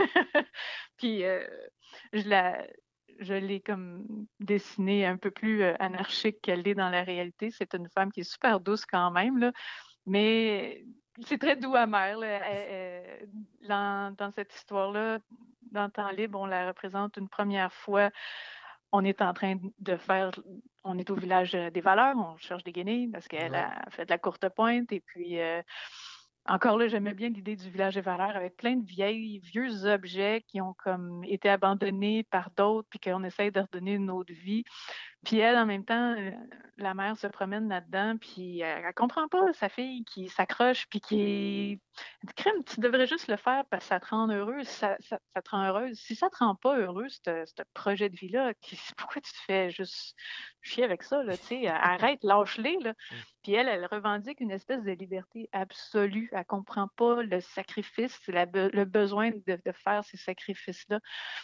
Puis euh, je la, je l'ai comme dessinée un peu plus euh, anarchique qu'elle l'est dans la réalité. C'est une femme qui est super douce quand même, là, mais c'est très doux amer. Là. Elle- elle- dans, dans cette histoire-là, dans Temps libre, on la représente une première fois. On est en train de faire, on est au village des valeurs, on cherche des guenilles parce qu'elle Ouais. a fait de la courte pointe. Et puis, euh, encore là, j'aimais bien l'idée du village des valeurs avec plein de vieilles, vieux objets qui ont comme été abandonnés par d'autres, puis qu'on essaye de redonner une autre vie. Puis elle, en même temps, euh, la mère se promène là-dedans, puis elle, elle comprend pas sa fille qui s'accroche, puis qui est... Elle dit, crème, tu devrais juste le faire parce que ça te rend heureuse, ça, ça, ça te rend heureuse. Si ça te rend pas heureux, ce ce projet de vie-là, qui- pourquoi tu te fais juste chier avec ça, là, tu sais, arrête, lâche-les, là. Puis elle, elle revendique une espèce de liberté absolue. Elle comprend pas le sacrifice, la be- le besoin de, de faire ces sacrifices-là.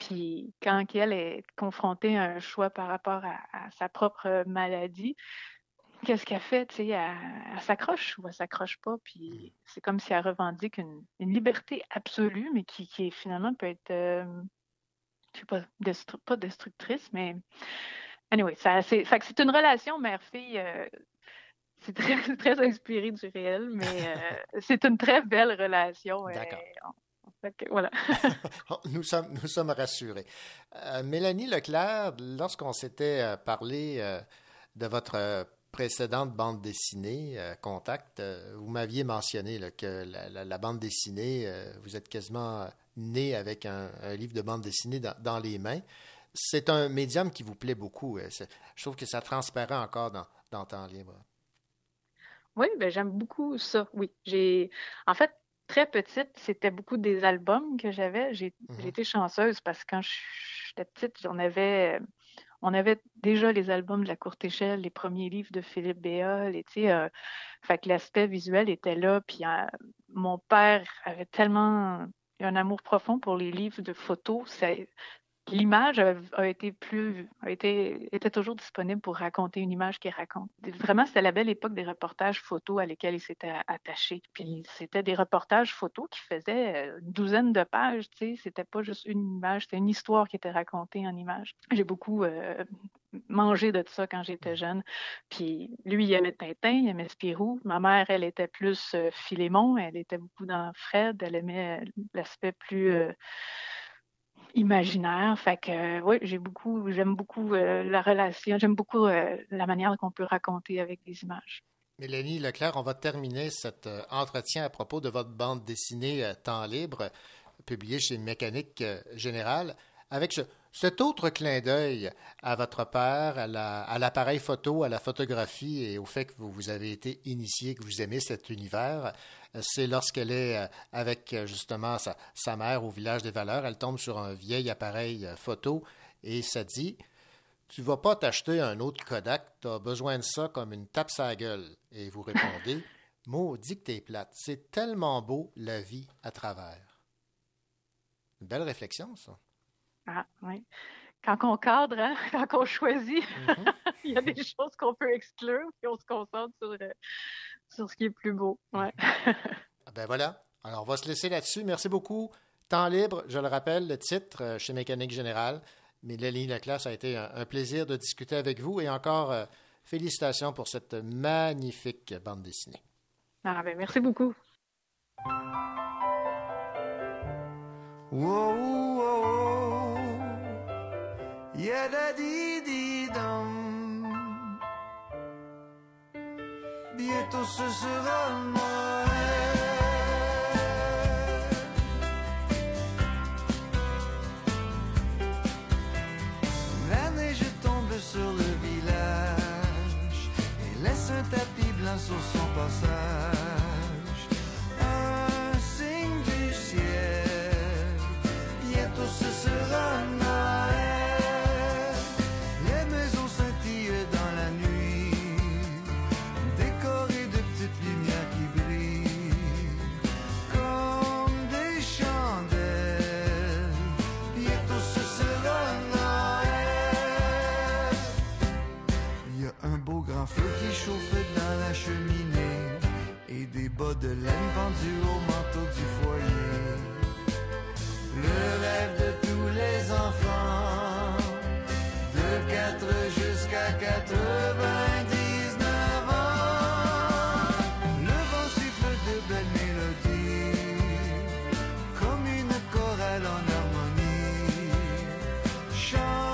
Puis quand elle est confrontée à un choix par rapport à, à sa propre maladie, qu'est-ce qu'elle fait? Tu sais, elle, elle s'accroche ou elle s'accroche pas. Puis c'est comme si elle revendique une, une liberté absolue, mais qui, qui finalement peut être, euh, je sais pas, destru- pas destructrice, mais anyway, ça, c'est, fait que c'est une relation mère-fille. Euh, c'est très, très inspiré du réel, mais euh, c'est une très belle relation. D'accord. Euh, Fait que, voilà. nous, sommes, nous sommes rassurés. Euh, Mélanie Leclerc, lorsqu'on s'était euh, parlé euh, de votre euh, précédente bande dessinée, euh, Contact, euh, vous m'aviez mentionné là, que la, la, la bande dessinée, euh, vous êtes quasiment né avec un, un livre de bande dessinée dans, dans les mains. C'est un médium qui vous plaît beaucoup. C'est, je trouve que ça transparaît encore dans, dans Temps libre. Oui, ben j'aime beaucoup ça, oui. J'ai, en fait, très petite, c'était beaucoup des albums que j'avais. J'ai, Mhm. j'ai été chanceuse parce que quand j'étais petite, on avait, on avait déjà les albums de La Courte Échelle, les premiers livres de Philippe Béal, et tu sais, euh, fait que l'aspect visuel était là. Puis euh, mon père avait tellement un amour profond pour les livres de photos. Ça, l'image a, a été plus, a été, était toujours disponible pour raconter une image qui raconte. Vraiment, c'était la belle époque des reportages photos à lesquels il s'était attaché. Puis c'était des reportages photos qui faisaient une douzaine de pages, tu sais. C'était pas juste une image, c'était une histoire qui était racontée en images. J'ai beaucoup euh, mangé de ça quand j'étais jeune. Puis lui, il aimait Tintin, il aimait Spirou. Ma mère, elle était plus euh, Philémon, elle était beaucoup dans Fred, elle aimait l'aspect plus... Euh, imaginaire. Fait que euh, oui, j'ai beaucoup, j'aime beaucoup euh, la relation, j'aime beaucoup euh, la manière qu'on peut raconter avec des images. Mélanie Leclerc, on va terminer cet euh, entretien à propos de votre bande dessinée euh, Temps libre, publiée chez Mécanique euh, Générale, avec ce, cet autre clin d'œil à votre père, à, la, à l'appareil photo, à la photographie et au fait que vous, vous avez été initié, que vous aimez cet univers. C'est lorsqu'elle est avec justement sa, sa mère au village des Valeurs, elle tombe sur un vieil appareil photo et ça dit « Tu vas pas t'acheter un autre Kodak, tu as besoin de ça comme une tape sur la gueule. » Et vous répondez « Maudit que t'es plate, c'est tellement beau la vie à travers. » Une belle réflexion, ça. Ah, oui. Quand on cadre, hein, quand on choisit, mm-hmm. il y a des choses qu'on peut exclure et on se concentre sur... Euh, sur ce qui est plus beau. Ouais. Ben voilà. Alors, on va se laisser là-dessus. Merci beaucoup. Temps libre, je le rappelle, le titre euh, chez Mécanique Générale. Mélanie Leclerc, ça a été un, un plaisir de discuter avec vous et encore euh, félicitations pour cette magnifique bande dessinée. Ah ben merci beaucoup. Wow, wow, yadadididam. Bientôt ce sera Noël. La neige tombe sur le village et laisse un tapis blanc sur son passage. Un signe du ciel. Bientôt ce sera Noël. Les maisons scintillent dans la nuit. Feu qui chauffe dans la cheminée et des bas de laine pendus au manteau du foyer. Le rêve de tous les enfants de quatre jusqu'à quatre-vingt-dix-neuf ans. Le vent siffle de belles mélodies comme une chorale en harmonie. Chant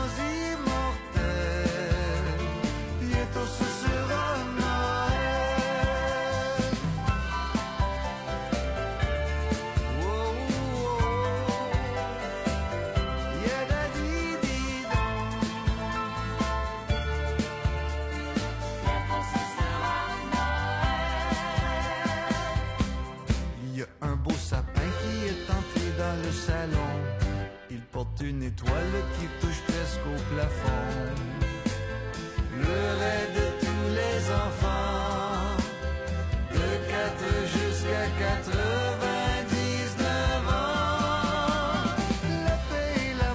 salon, il porte une étoile qui touche presque au plafond. Le rêve de tous les enfants de quatre jusqu'à quatre-vingt-dix-neuf ans. La paix et la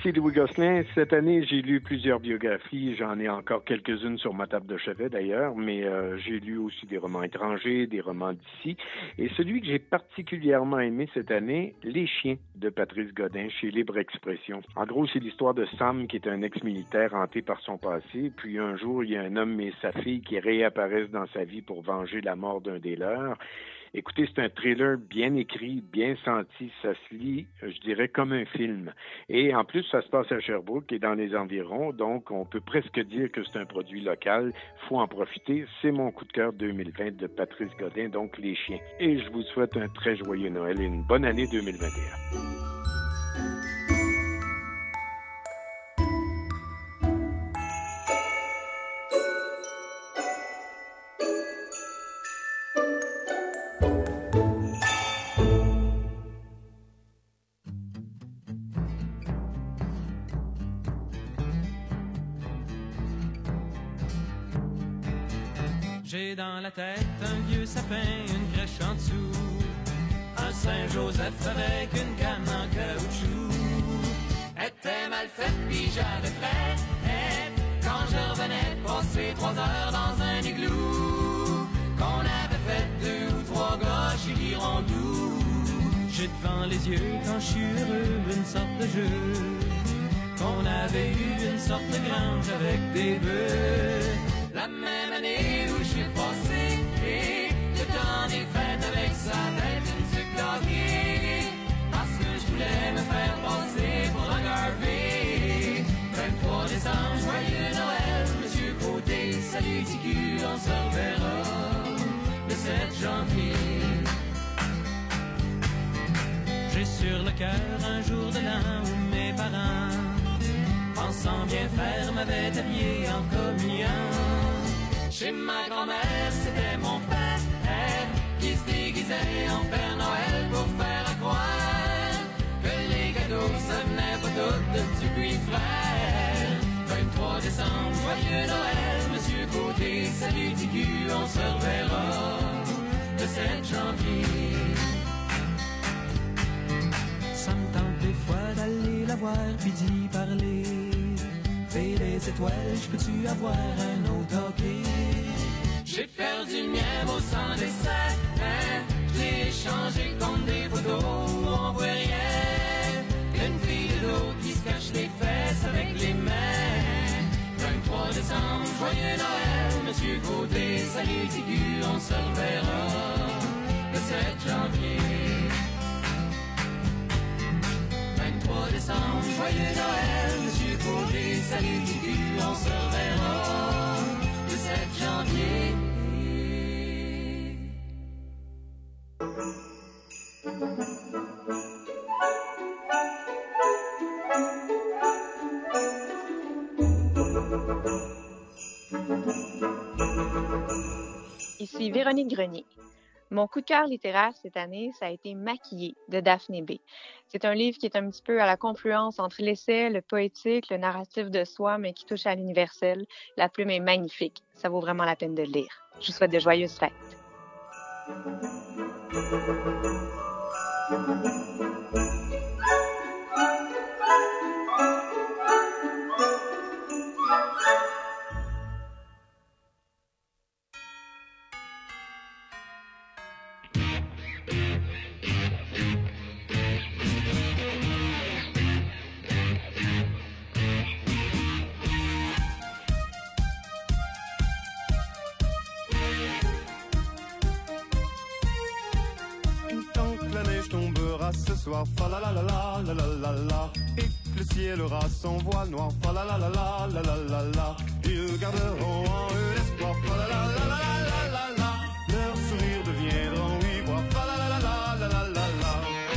ici Louis Gosselin. Cette année, j'ai lu plusieurs biographies. J'en ai encore quelques-unes sur ma table de chevet, d'ailleurs, mais euh, j'ai lu aussi des romans étrangers, des romans d'ici. Et celui que j'ai particulièrement aimé cette année, Les Chiens, de Patrice Godin, chez Libre Expression. En gros, c'est l'histoire de Sam, qui est un ex-militaire hanté par son passé. Puis un jour, il y a un homme et sa fille qui réapparaissent dans sa vie pour venger la mort d'un des leurs. Écoutez, c'est un thriller bien écrit, bien senti. Ça se lit, je dirais, comme un film. Et en plus, ça se passe à Sherbrooke et dans les environs. Donc, on peut presque dire que c'est un produit local. Faut en profiter. C'est mon coup de cœur deux mille vingt de Patrice Godin, donc Les Chiens. Et je vous souhaite un très joyeux Noël et une bonne année deux mille vingt et un. J'ai dans la tête un vieux sapin, une crèche en dessous, un Saint-Joseph avec une canne en caoutchouc. Était mal faite pis j'avais frais, quand je revenais passer trois heures dans un igloo, qu'on avait fait deux ou trois gauches et l'hirondou. J'ai devant les yeux quand je suis heureux une sorte de jeu, qu'on avait eu une sorte de grange avec des bœufs. La même année où je suis passé, et le temps des fêtes avec sa tête une sucre d'hockey, parce que je voulais me faire passer pour un Garvey. vingt-trois décembre, joyeux Noël, Monsieur Côté, salut T Q, on se reverra le sept janvier. J'ai sur le cœur un jour de l'an où mes parents, pensant bien faire, m'avaient habillé en communion. Chez ma grand-mère, c'était mon père qui se déguisait en Père Noël pour faire à croire que les cadeaux, ça venait pas tout de Dupuis frère. vingt-trois décembre, joyeux Noël, Monsieur Côté, salut T Q, on se reverra le sept janvier. Ça me tente des fois d'aller la voir puis d'y parler. Fais des étoiles, je peux-tu avoir un autre hockey? J'ai perdu le mien au sang d'essai, hein? J'ai échangé contre des photos où on voit rien. Une fille de l'eau qui se cache les fesses avec les mains. vingt-trois décembre, joyeux Noël, Monsieur Côté, salut T Q, on se reverra le sept janvier. vingt-trois décembre, joyeux Noël, Monsieur Côté, salut T Q, on se reverra le sept janvier. Ici Véronique Grenier. Mon coup de cœur littéraire cette année, ça a été Maquillée de Daphné B. C'est un livre qui est un petit peu à la confluence entre l'essai, le poétique, le narratif de soi, mais qui touche à l'universel. La plume est magnifique. Ça vaut vraiment la peine de le lire. Je vous souhaite de joyeuses fêtes. Ce soir, fa la la la la la la la la, et que le ciel aura son voile noir, fa la la la la la la la la, ils garderont en eux l'espoir, fa la la la la la la la, leurs sourires deviendront ivoire, fa la la la la la la la la.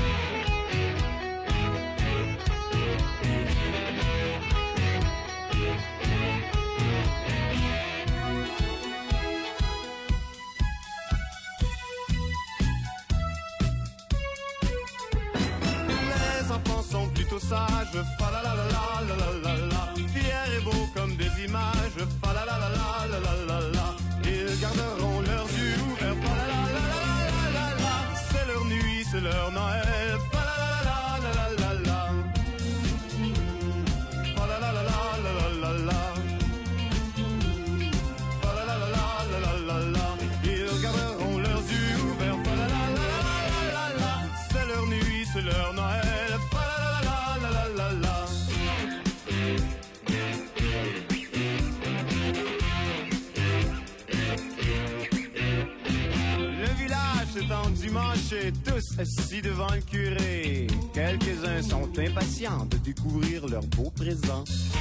Sage, fa la la la la la la la, fier et beau comme des images, fa la la la la la la la la, ils garderont leurs yeux ouverts, fa la la la la la la la, c'est leur nuit, c'est leur Noël, fa la la la la la la la. leur Noël. Fa la la la la la la. Le village s'étend dimanche et tous assis devant le curé. Quelques-uns sont impatients de découvrir leur beau présent.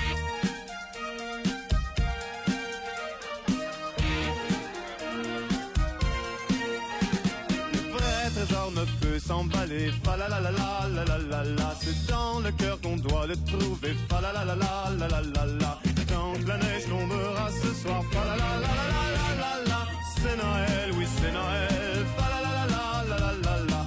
Trésor ne peut s'emballer, fa la la la la la la la la. C'est dans le cœur qu'on doit le trouver, fa la la la la la la la la. Quand la neige tombera ce soir, fa la la la la la la la. C'est Noël, oui c'est Noël, fa la la la la la la la.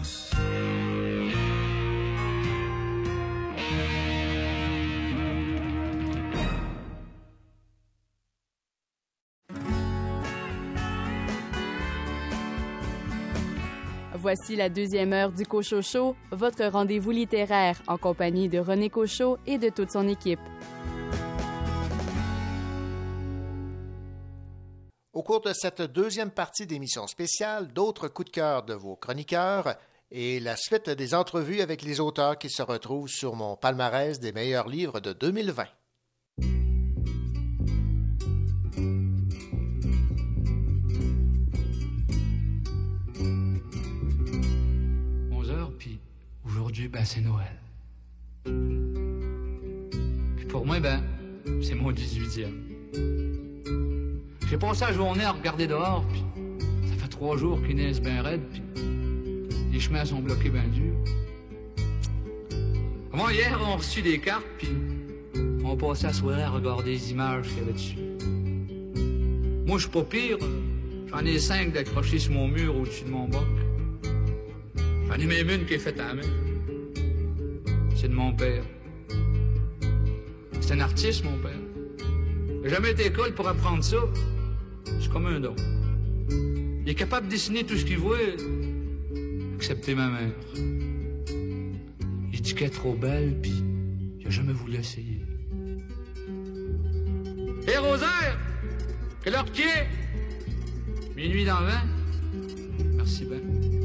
Voici la deuxième heure du Cochot Show, votre rendez-vous littéraire en compagnie de René Cochot et de toute son équipe. Au cours de cette deuxième partie d'émission spéciale, d'autres coups de cœur de vos chroniqueurs et la suite des entrevues avec les auteurs qui se retrouvent sur mon palmarès des meilleurs livres de deux mille vingt. Puis aujourd'hui, ben, c'est Noël. Puis pour moi, ben, c'est mon dix-huitième. J'ai passé la journée à regarder dehors, puis ça fait trois jours qu'il neige bien raide, puis les chemins sont bloqués bien durs. Moi, hier, on a reçu des cartes, puis on a passé la soirée à regarder les images qu'il y avait dessus. Moi, je suis pas pire. J'en ai cinq d'accrochés sur mon mur au-dessus de mon bac. J'en ai même une qui est faite à la main. C'est de mon père. C'est un artiste, mon père. Il n'a jamais été à l'école pour apprendre ça. C'est comme un don. Il est capable de dessiner tout ce qu'il voit, excepté ma mère. Il dit qu'elle est trop belle, puis il n'a jamais voulu essayer. Hé, hey, Rosaire! Quelle heure qu'il est? Minuit dans le vent? Merci ben.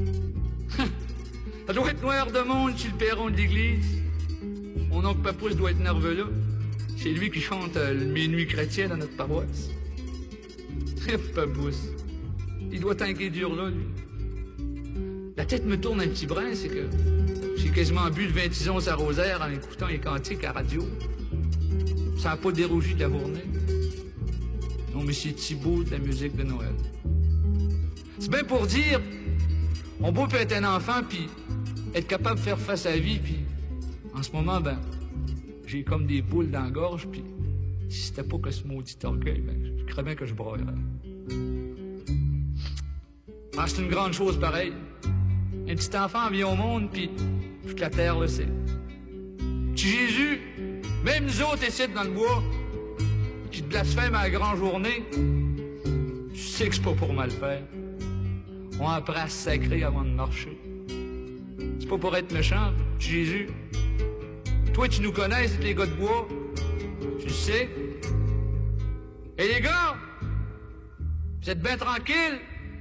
Ça doit être noir de monde sur le perron de l'église. Mon oncle Papousse doit être nerveux là. C'est lui qui chante euh, le minuit chrétien dans notre paroisse. Papousse. Il doit tanker dur là, lui. La tête me tourne un petit brin, c'est que j'ai quasiment bu le vingt-six onces à Rosaire en écoutant les cantiques à la radio. Ça n'a pas dérougi de la journée. Non, mais c'est si beau de la musique de Noël. C'est bien pour dire, on peut être un enfant, puis être capable de faire face à la vie, puis en ce moment, ben, j'ai comme des boules dans la gorge, puis si c'était pas que ce maudit orgueil, ben, je crois bien que je broyerais. Ah, c'est une grande chose pareille. Un petit enfant vient au monde, puis toute la terre le sait. Petit Jésus, même nous autres ici dans le bois, qui te blasphème à la grande journée, tu sais que c'est pas pour mal faire. On apprend à se sacrer avant de marcher. C'est pas pour être méchant, petit Jésus. Toi, tu nous connais, c'est les gars de bois. Tu le sais. Et les gars, vous êtes bien tranquilles?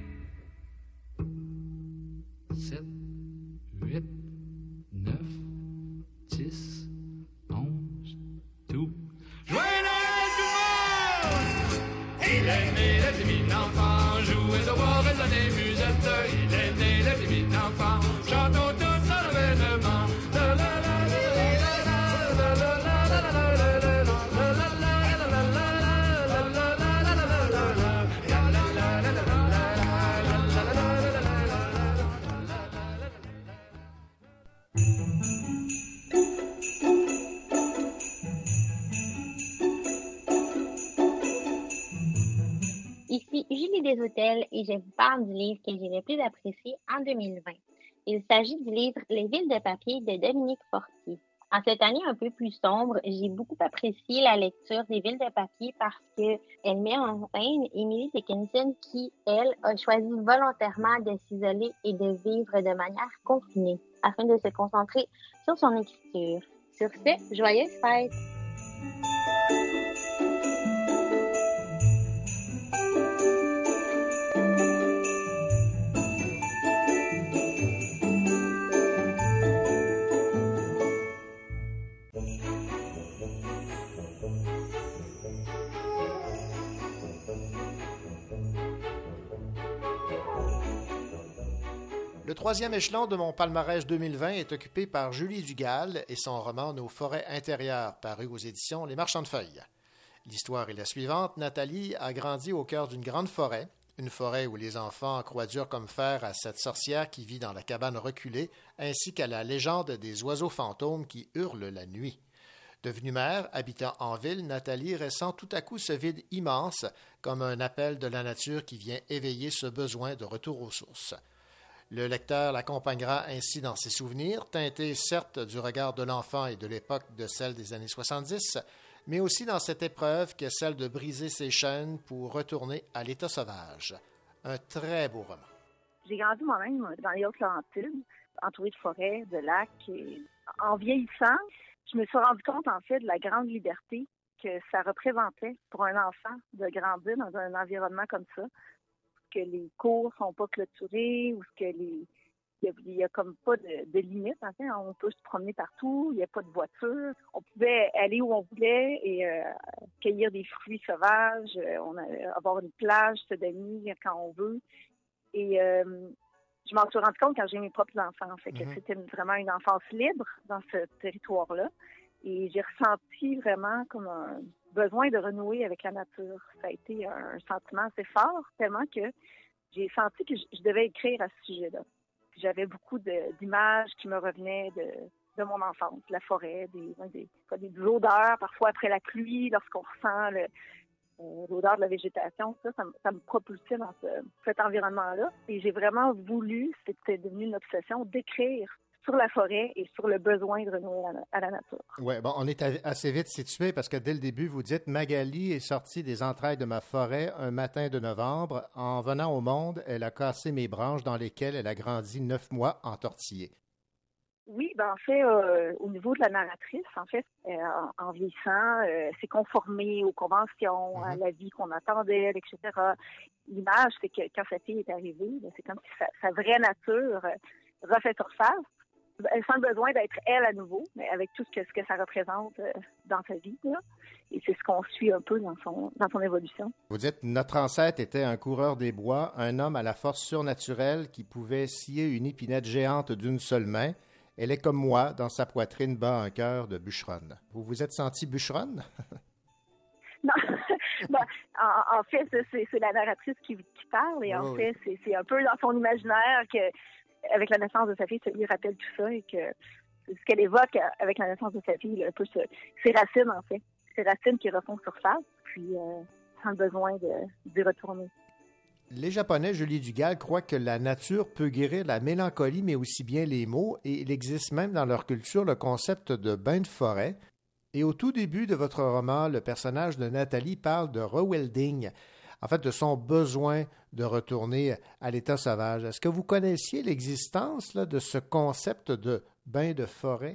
sept, huit, neuf, dix, onze, douze. Joyeux Noël tout le monde! Il est né le divin enfant, jouez au bois, résonnez musette. Il est né le divin enfant, chantons tous son événement. La la la Ici Julie Deshôtels et je vous parle du livre que j'ai le plus apprécié en deux mille vingt. Il s'agit du livre Les villes de papier de Dominique Fortier. En cette année un peu plus sombre, j'ai beaucoup apprécié la lecture des villes de papier parce qu'elle met en scène Emily Dickinson qui, elle, a choisi volontairement de s'isoler et de vivre de manière confinée afin de se concentrer sur son écriture. Sur ce, joyeuses fêtes! Le troisième échelon de mon palmarès deux mille vingt est occupé par Julie Dugal et son roman Nos forêts intérieures, paru aux éditions Les Marchands de Feuilles. L'histoire est la suivante. Nathalie a grandi au cœur d'une grande forêt, une forêt où les enfants croient dur comme fer à cette sorcière qui vit dans la cabane reculée, ainsi qu'à la légende des oiseaux fantômes qui hurlent la nuit. Devenue mère, habitant en ville, Nathalie ressent tout à coup ce vide immense, comme un appel de la nature qui vient éveiller ce besoin de retour aux sources. Le lecteur l'accompagnera ainsi dans ses souvenirs, teintés certes du regard de l'enfant et de l'époque de celle des années soixante-dix, mais aussi dans cette épreuve qu'est celle de briser ses chaînes pour retourner à l'état sauvage. Un très beau roman. J'ai grandi moi-même dans les Hautes-Laurentides, entourée de forêts, de lacs. Et en vieillissant, je me suis rendu compte, en fait, de la grande liberté que ça représentait pour un enfant de grandir dans un environnement comme ça, que les cours sont pas clôturés, ou que les il y, y a comme pas de, de limite, en fait. On peut se promener partout, il n'y a pas de voiture. On pouvait aller où on voulait et euh, cueillir des fruits sauvages, on a, avoir une plage, se baigner quand on veut. Et euh, je m'en suis rendu compte quand j'ai mes propres enfants, fait que mm-hmm. c'était vraiment une enfance libre dans ce territoire-là. Et j'ai ressenti vraiment comme un besoin de renouer avec la nature. Ça a été un sentiment assez fort, tellement que j'ai senti que je, je devais écrire à ce sujet-là. J'avais beaucoup de, d'images qui me revenaient de, de mon enfance, de la forêt, des, des, des, des odeurs, parfois après la pluie, lorsqu'on ressent le, euh, l'odeur de la végétation. Ça, ça, ça me propulsait dans ce, cet environnement-là. Et j'ai vraiment voulu, c'était devenu une obsession, d'écrire sur la forêt et sur le besoin de renouer à la, à la nature. Oui, bon, on est assez vite situé parce que dès le début, vous dites « Magali est sortie des entrailles de ma forêt un matin de novembre. En venant au monde, elle a cassé mes branches dans lesquelles elle a grandi neuf mois entortillée. » Oui, ben en fait, euh, au niveau de la narratrice, en fait, euh, en, en vieillissant, euh, s'est conformée aux conventions, mm-hmm. à la vie qu'on attendait, et cetera. L'image, c'est que quand sa fille est arrivée, c'est comme si sa, sa vraie nature euh, refait surface. Elle sent le besoin d'être elle à nouveau, mais avec tout ce que, ce que ça représente euh, dans sa vie. Là. Et c'est ce qu'on suit un peu dans son, dans son évolution. Vous dites, notre ancêtre était un coureur des bois, un homme à la force surnaturelle qui pouvait scier une épinette géante d'une seule main. Elle est comme moi, dans sa poitrine bat un cœur de bûcheronne. Vous vous êtes senti bûcheronne? Non, ben, en, en fait, c'est, c'est la narratrice qui, qui parle, et oh, en fait, oui. c'est, c'est un peu dans son imaginaire que avec la naissance de sa fille, ça lui rappelle tout ça et que ce qu'elle évoque avec la naissance de sa fille, un peu ce, ses racines, en fait. Ses racines qui refont surface, puis euh, sans le besoin de, d'y retourner. Les Japonais, Julie Dugal, croient que la nature peut guérir la mélancolie, mais aussi bien les maux, et il existe même dans leur culture le concept de bain de forêt. Et au tout début de votre roman, le personnage de Nathalie parle de rewilding, en fait, de son besoin de retourner à l'état sauvage. Est-ce que vous connaissiez l'existence là, de ce concept de bain de forêt?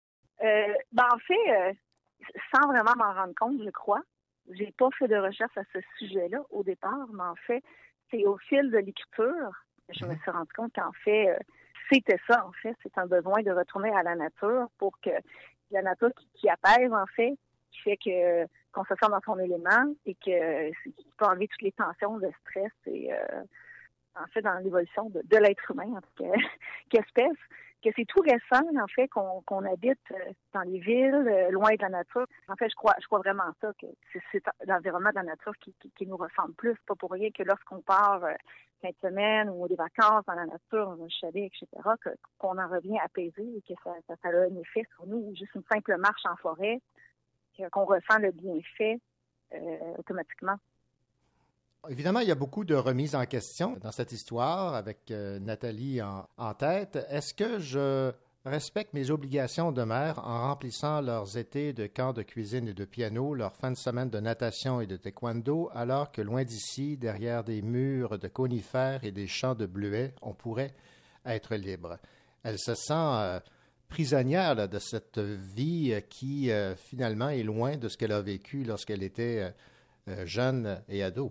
Euh, ben en fait, euh, sans vraiment m'en rendre compte, je crois, j'ai pas fait de recherche à ce sujet-là au départ, mais en fait, c'est au fil de l'écriture que je mmh. me suis rendu compte qu'en fait, euh, c'était ça, en fait. C'est un besoin de retourner à la nature pour que la nature qui, qui apaise, en fait, qui fait que qu'on se sent dans son élément et que qui peut enlever toutes les tensions, le stress et euh, en fait dans l'évolution de, de l'être humain en tout cas qu'espèce, que c'est tout récent en fait qu'on, qu'on habite dans les villes, loin de la nature. En fait, je crois je crois vraiment à ça, que c'est, c'est l'environnement de la nature qui, qui, qui nous ressemble plus. Pas pour rien que lorsqu'on part euh, fin de semaine ou des vacances dans la nature, dans un chalet, et cetera, que, qu'on en revient apaisé et que ça, ça, ça a un effet sur nous. Juste une simple marche en forêt, qu'on ressent le bienfait euh, automatiquement. Évidemment, il y a beaucoup de remises en question dans cette histoire avec euh, Nathalie en, en tête. Est-ce que je respecte mes obligations de mère en remplissant leurs étés de camps de cuisine et de piano, leurs fins de semaine de natation et de taekwondo, alors que loin d'ici, derrière des murs de conifères et des champs de bleuets, on pourrait être libre? Elle se sent... Euh, prisonnière là, de cette vie qui, euh, finalement, est loin de ce qu'elle a vécu lorsqu'elle était euh, jeune et ado.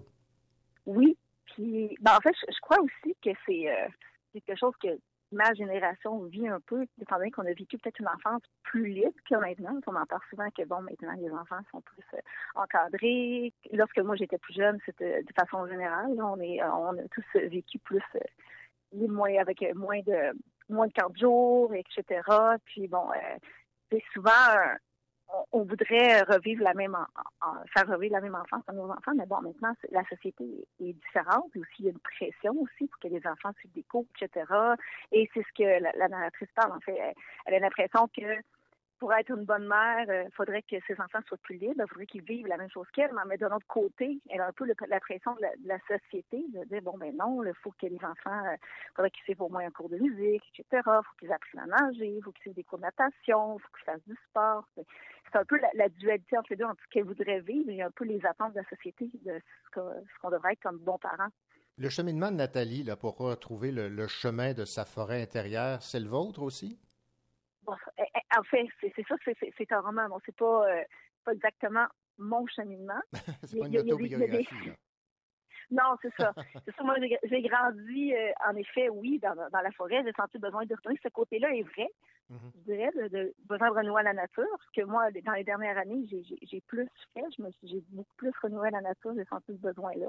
Oui, puis ben, en fait, je, je crois aussi que c'est, euh, c'est quelque chose que ma génération vit un peu, étant donné qu'on a vécu peut-être une enfance plus libre que maintenant. On en parle souvent que, bon, maintenant, les enfants sont plus euh, encadrés. Lorsque moi, j'étais plus jeune, c'était de façon générale. Là, on, est, on a tous vécu plus... Euh, moins avec moins de moins de quarante jours, et cetera. Puis bon, euh, c'est souvent euh, on, on voudrait revivre la même en, en, faire revivre la même enfance à nos enfants, mais bon, maintenant la société est, est différente, et aussi il y a une pression aussi pour que les enfants suivent des cours, et cetera. Et c'est ce que la, la narratrice parle, en fait. Elle, elle a l'impression que pour être une bonne mère, il euh, faudrait que ses enfants soient plus libres, il faudrait qu'ils vivent la même chose qu'elle, mais d'un autre côté, elle a un peu le, la pression de la, de la société de dire, bon, ben non, il faut que les enfants, il euh, faudrait qu'ils suivent au moins un cours de musique, et cetera. Il faut qu'ils apprennent à nager, il faut qu'ils suivent des cours de natation, il faut qu'ils fassent du sport. C'est, c'est un peu la, la dualité entre les deux, entre ce qu'elle voudrait vivre et un peu les attentes de la société, de ce, que, ce qu'on devrait être comme bons parents. Le cheminement de Nathalie, là, pour retrouver le, le chemin de sa forêt intérieure, c'est le vôtre aussi? Bon, en fait, c'est, c'est ça, c'est, c'est un roman. Bon, c'est pas, euh, pas exactement mon cheminement. C'est pas une autobiographie, là. Non, c'est ça. C'est ça. Moi, j'ai, j'ai grandi, euh, en effet, oui, dans, dans la forêt. J'ai senti le besoin de retourner. Ce côté-là est vrai, mm-hmm. je dirais, de, de besoin de renouer à la nature. Parce que moi, dans les dernières années, j'ai, j'ai, j'ai plus fait. Je me suis, j'ai beaucoup plus renoué à la nature. J'ai senti ce besoin-là.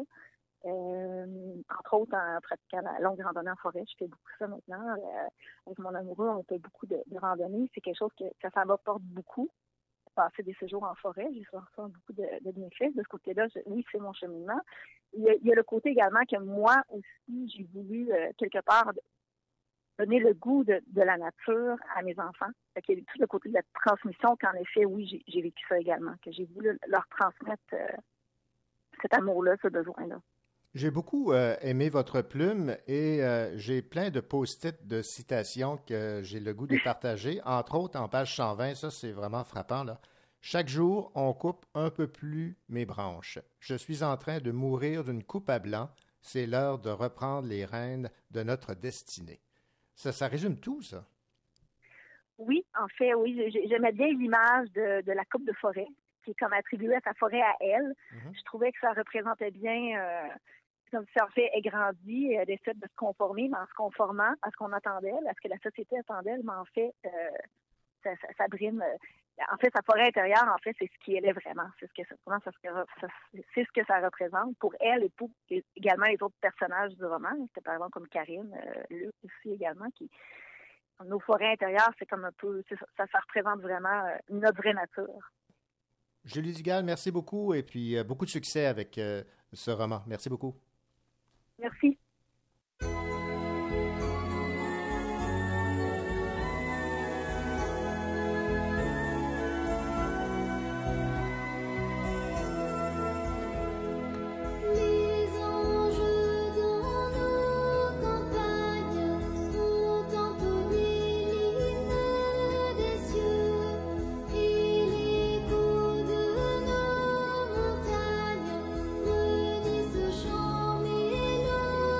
Euh, entre autres, en pratiquant la longue randonnée en forêt, je fais beaucoup ça maintenant. Euh, avec mon amoureux, on fait beaucoup de, de randonnées. C'est quelque chose que, que ça m'apporte beaucoup. Passer des séjours en forêt, j'ai souvent beaucoup de, de bienfaits. De ce côté-là, je, oui, c'est mon cheminement. Il y, a, il y a le côté également que moi aussi, j'ai voulu, euh, quelque part, donner le goût de, de la nature à mes enfants. Fait qu'il y a tout le côté de la transmission qu'en effet, oui, j'ai, j'ai vécu ça également, que j'ai voulu leur transmettre euh, cet amour-là, ce besoin-là. J'ai beaucoup euh, aimé votre plume et euh, j'ai plein de post-it de citations que j'ai le goût de partager. Entre autres, en page cent vingt, ça c'est vraiment frappant, là. Chaque jour, on coupe un peu plus mes branches. Je suis en train de mourir d'une coupe à blanc. C'est l'heure de reprendre les rênes de notre destinée. Ça, ça résume tout, ça. Oui, en fait, oui. J'aimais bien l'image de, de la coupe de forêt, qui est comme attribuée à sa forêt à elle. Mm-hmm. Je trouvais que ça représentait bien... Euh, comme si en fait elle grandit, elle décide de se conformer, mais en se conformant à ce qu'on attendait, à ce que la société attendait, mais en fait, euh, ça, ça, ça brime. Euh, en fait, sa forêt intérieure, en fait, c'est ce qui elle est vraiment. C'est ce que ça, ça, ça, c'est ce que ça représente pour elle et pour également les autres personnages du roman. C'était par exemple comme Karine, euh, Luc aussi également, qui nos forêts intérieures, c'est comme un peu, c'est ça, ça, ça représente vraiment euh, notre vraie nature. Julie Dugal, merci beaucoup et puis euh, beaucoup de succès avec euh, ce roman. Merci beaucoup. Merci. Chant mélodieux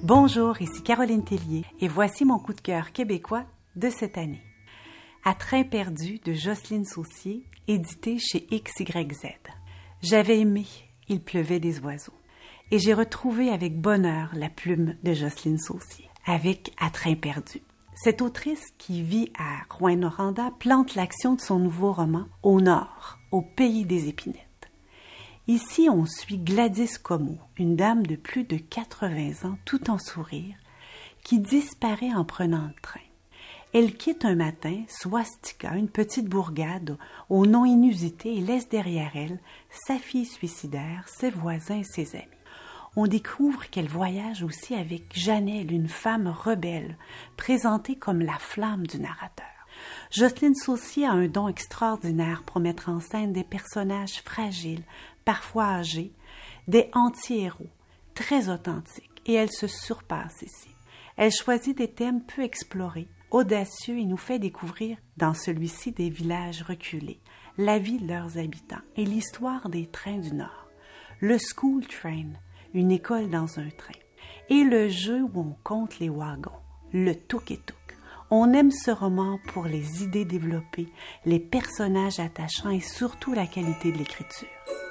Bonjour, ici Caroline Tellier et voici mon coup de cœur québécois de cette année. À Train perdu de Jocelyne Saucier, édité chez X Y Z. J'avais aimé Il pleuvait des oiseaux et j'ai retrouvé avec bonheur la plume de Jocelyne Saucier avec À Train perdu. Cette autrice qui vit à Rouyn-Noranda plante l'action de son nouveau roman au nord, au pays des épinettes. Ici, on suit Gladys Comeau, une dame de plus de quatre-vingts ans, tout en sourire, qui disparaît en prenant le train. Elle quitte un matin Swastika, une petite bourgade au nom inusité, et laisse derrière elle sa fille suicidaire, ses voisins et ses amis. On découvre qu'elle voyage aussi avec Janelle, une femme rebelle, présentée comme la flamme du narrateur. Jocelyne Saucier a un don extraordinaire pour mettre en scène des personnages fragiles, parfois âgés, des anti-héros, très authentiques, et elle se surpasse ici. Elle choisit des thèmes peu explorés, audacieux, et nous fait découvrir dans celui-ci des villages reculés, la vie de leurs habitants et l'histoire des trains du Nord. Le School Train, une école dans un train, et le jeu où on compte les wagons, le tuk-tuk. On aime ce roman pour les idées développées, les personnages attachants et surtout la qualité de l'écriture.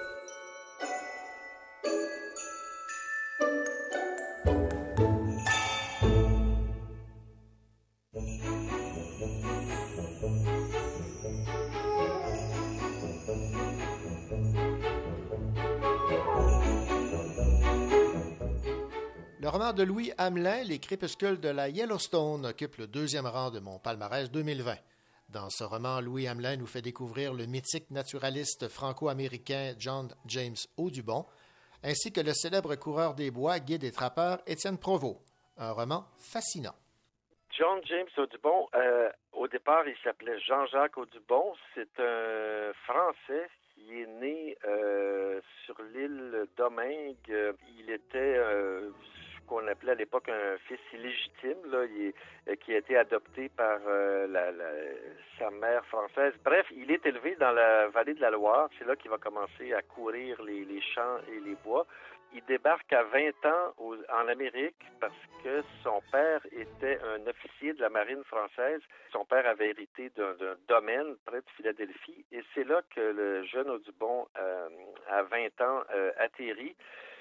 Le roman de Louis Hamelin, Les crépuscules de la Yellowstone, occupe le deuxième rang de mon palmarès deux mille vingt. Dans ce roman, Louis Hamelin nous fait découvrir le mythique naturaliste franco-américain John James Audubon, ainsi que le célèbre coureur des bois, guide et trappeur Étienne Provost. Un roman fascinant. John James Audubon, euh, au départ, il s'appelait Jean-Jacques Audubon. C'est un Français qui est né euh, sur l'île Domingue. Il était euh, ce qu'on appelait à l'époque un fils illégitime, là, il est, qui a été adopté par euh, la, la, sa mère française. Bref, il est élevé dans la vallée de la Loire. C'est là qu'il va commencer à courir les, les champs et les bois. Il débarque à vingt ans au, en Amérique parce que son père était un officier de la marine française. Son père avait hérité d'un, d'un domaine près de Philadelphie et c'est là que le jeune Audubon, euh, à vingt ans, euh, atterrit.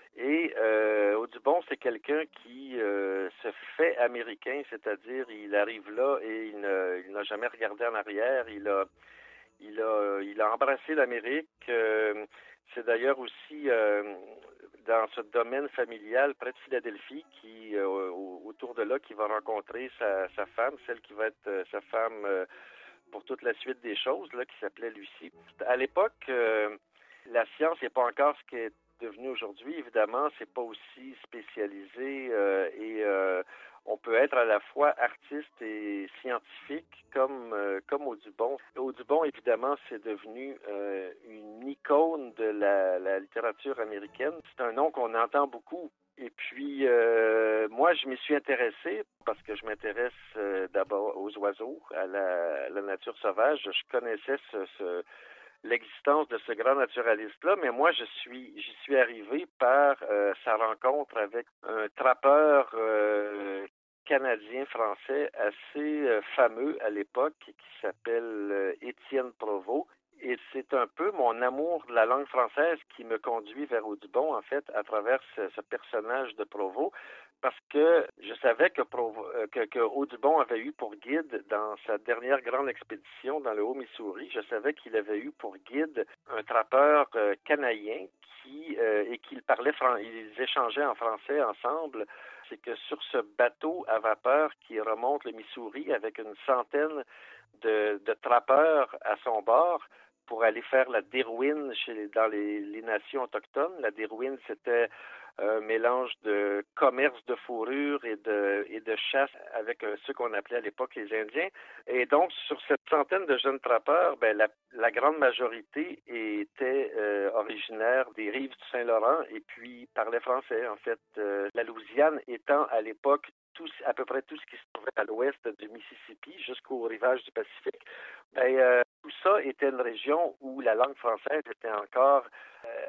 Et euh, Audubon, c'est quelqu'un qui euh, se fait américain, c'est-à-dire il arrive là et il, ne, il n'a jamais regardé en arrière. Il a, il a, il a embrassé l'Amérique. Euh, c'est d'ailleurs aussi euh, dans ce domaine familial près de Philadelphie, qui euh, autour de là, qui va rencontrer sa, sa femme, celle qui va être euh, sa femme euh, pour toute la suite des choses, là, qui s'appelait Lucie. À l'époque, euh, la science n'est pas encore ce qu'elle est devenue aujourd'hui. Évidemment, c'est pas aussi spécialisé euh, et euh, on peut être à la fois artiste et scientifique comme euh, comme Audubon. Audubon, évidemment, c'est devenu euh, une icône de la, la littérature américaine. C'est un nom qu'on entend beaucoup. Et puis, euh, moi, je m'y suis intéressé parce que je m'intéresse euh, d'abord aux oiseaux, à la, à la nature sauvage. Je connaissais ce, ce l'existence de ce grand naturaliste-là, mais moi, je suis, j'y suis arrivé par euh, sa rencontre avec un trappeur euh, canadien-français assez euh, fameux à l'époque qui s'appelle euh, Étienne Provost. Et c'est un peu mon amour de la langue française qui me conduit vers Audubon, en fait, à travers ce, ce personnage de Provost, parce que je savais que, Provo, que, que Audubon avait eu pour guide dans sa dernière grande expédition dans le Haut-Missouri, je savais qu'il avait eu pour guide un trappeur euh, canadien qui euh, et qu'ils parlaient, ils échangeaient en français ensemble. C'est que sur ce bateau à vapeur qui remonte le Missouri avec une centaine de, de trappeurs à son bord, pour aller faire la dérouine chez, dans les, les nations autochtones. La dérouine, c'était un mélange de commerce de fourrure et de, et de chasse avec euh, ceux qu'on appelait à l'époque les Indiens. Et donc, sur cette centaine de jeunes trappeurs, ben, la, la grande majorité était euh, originaire des rives du Saint-Laurent et puis parlait français. En fait, euh, la Louisiane étant à l'époque Tout, à peu près tout ce qui se trouvait à l'ouest du Mississippi jusqu'au rivage du Pacifique, ben, euh, tout ça était une région où la langue française était encore euh,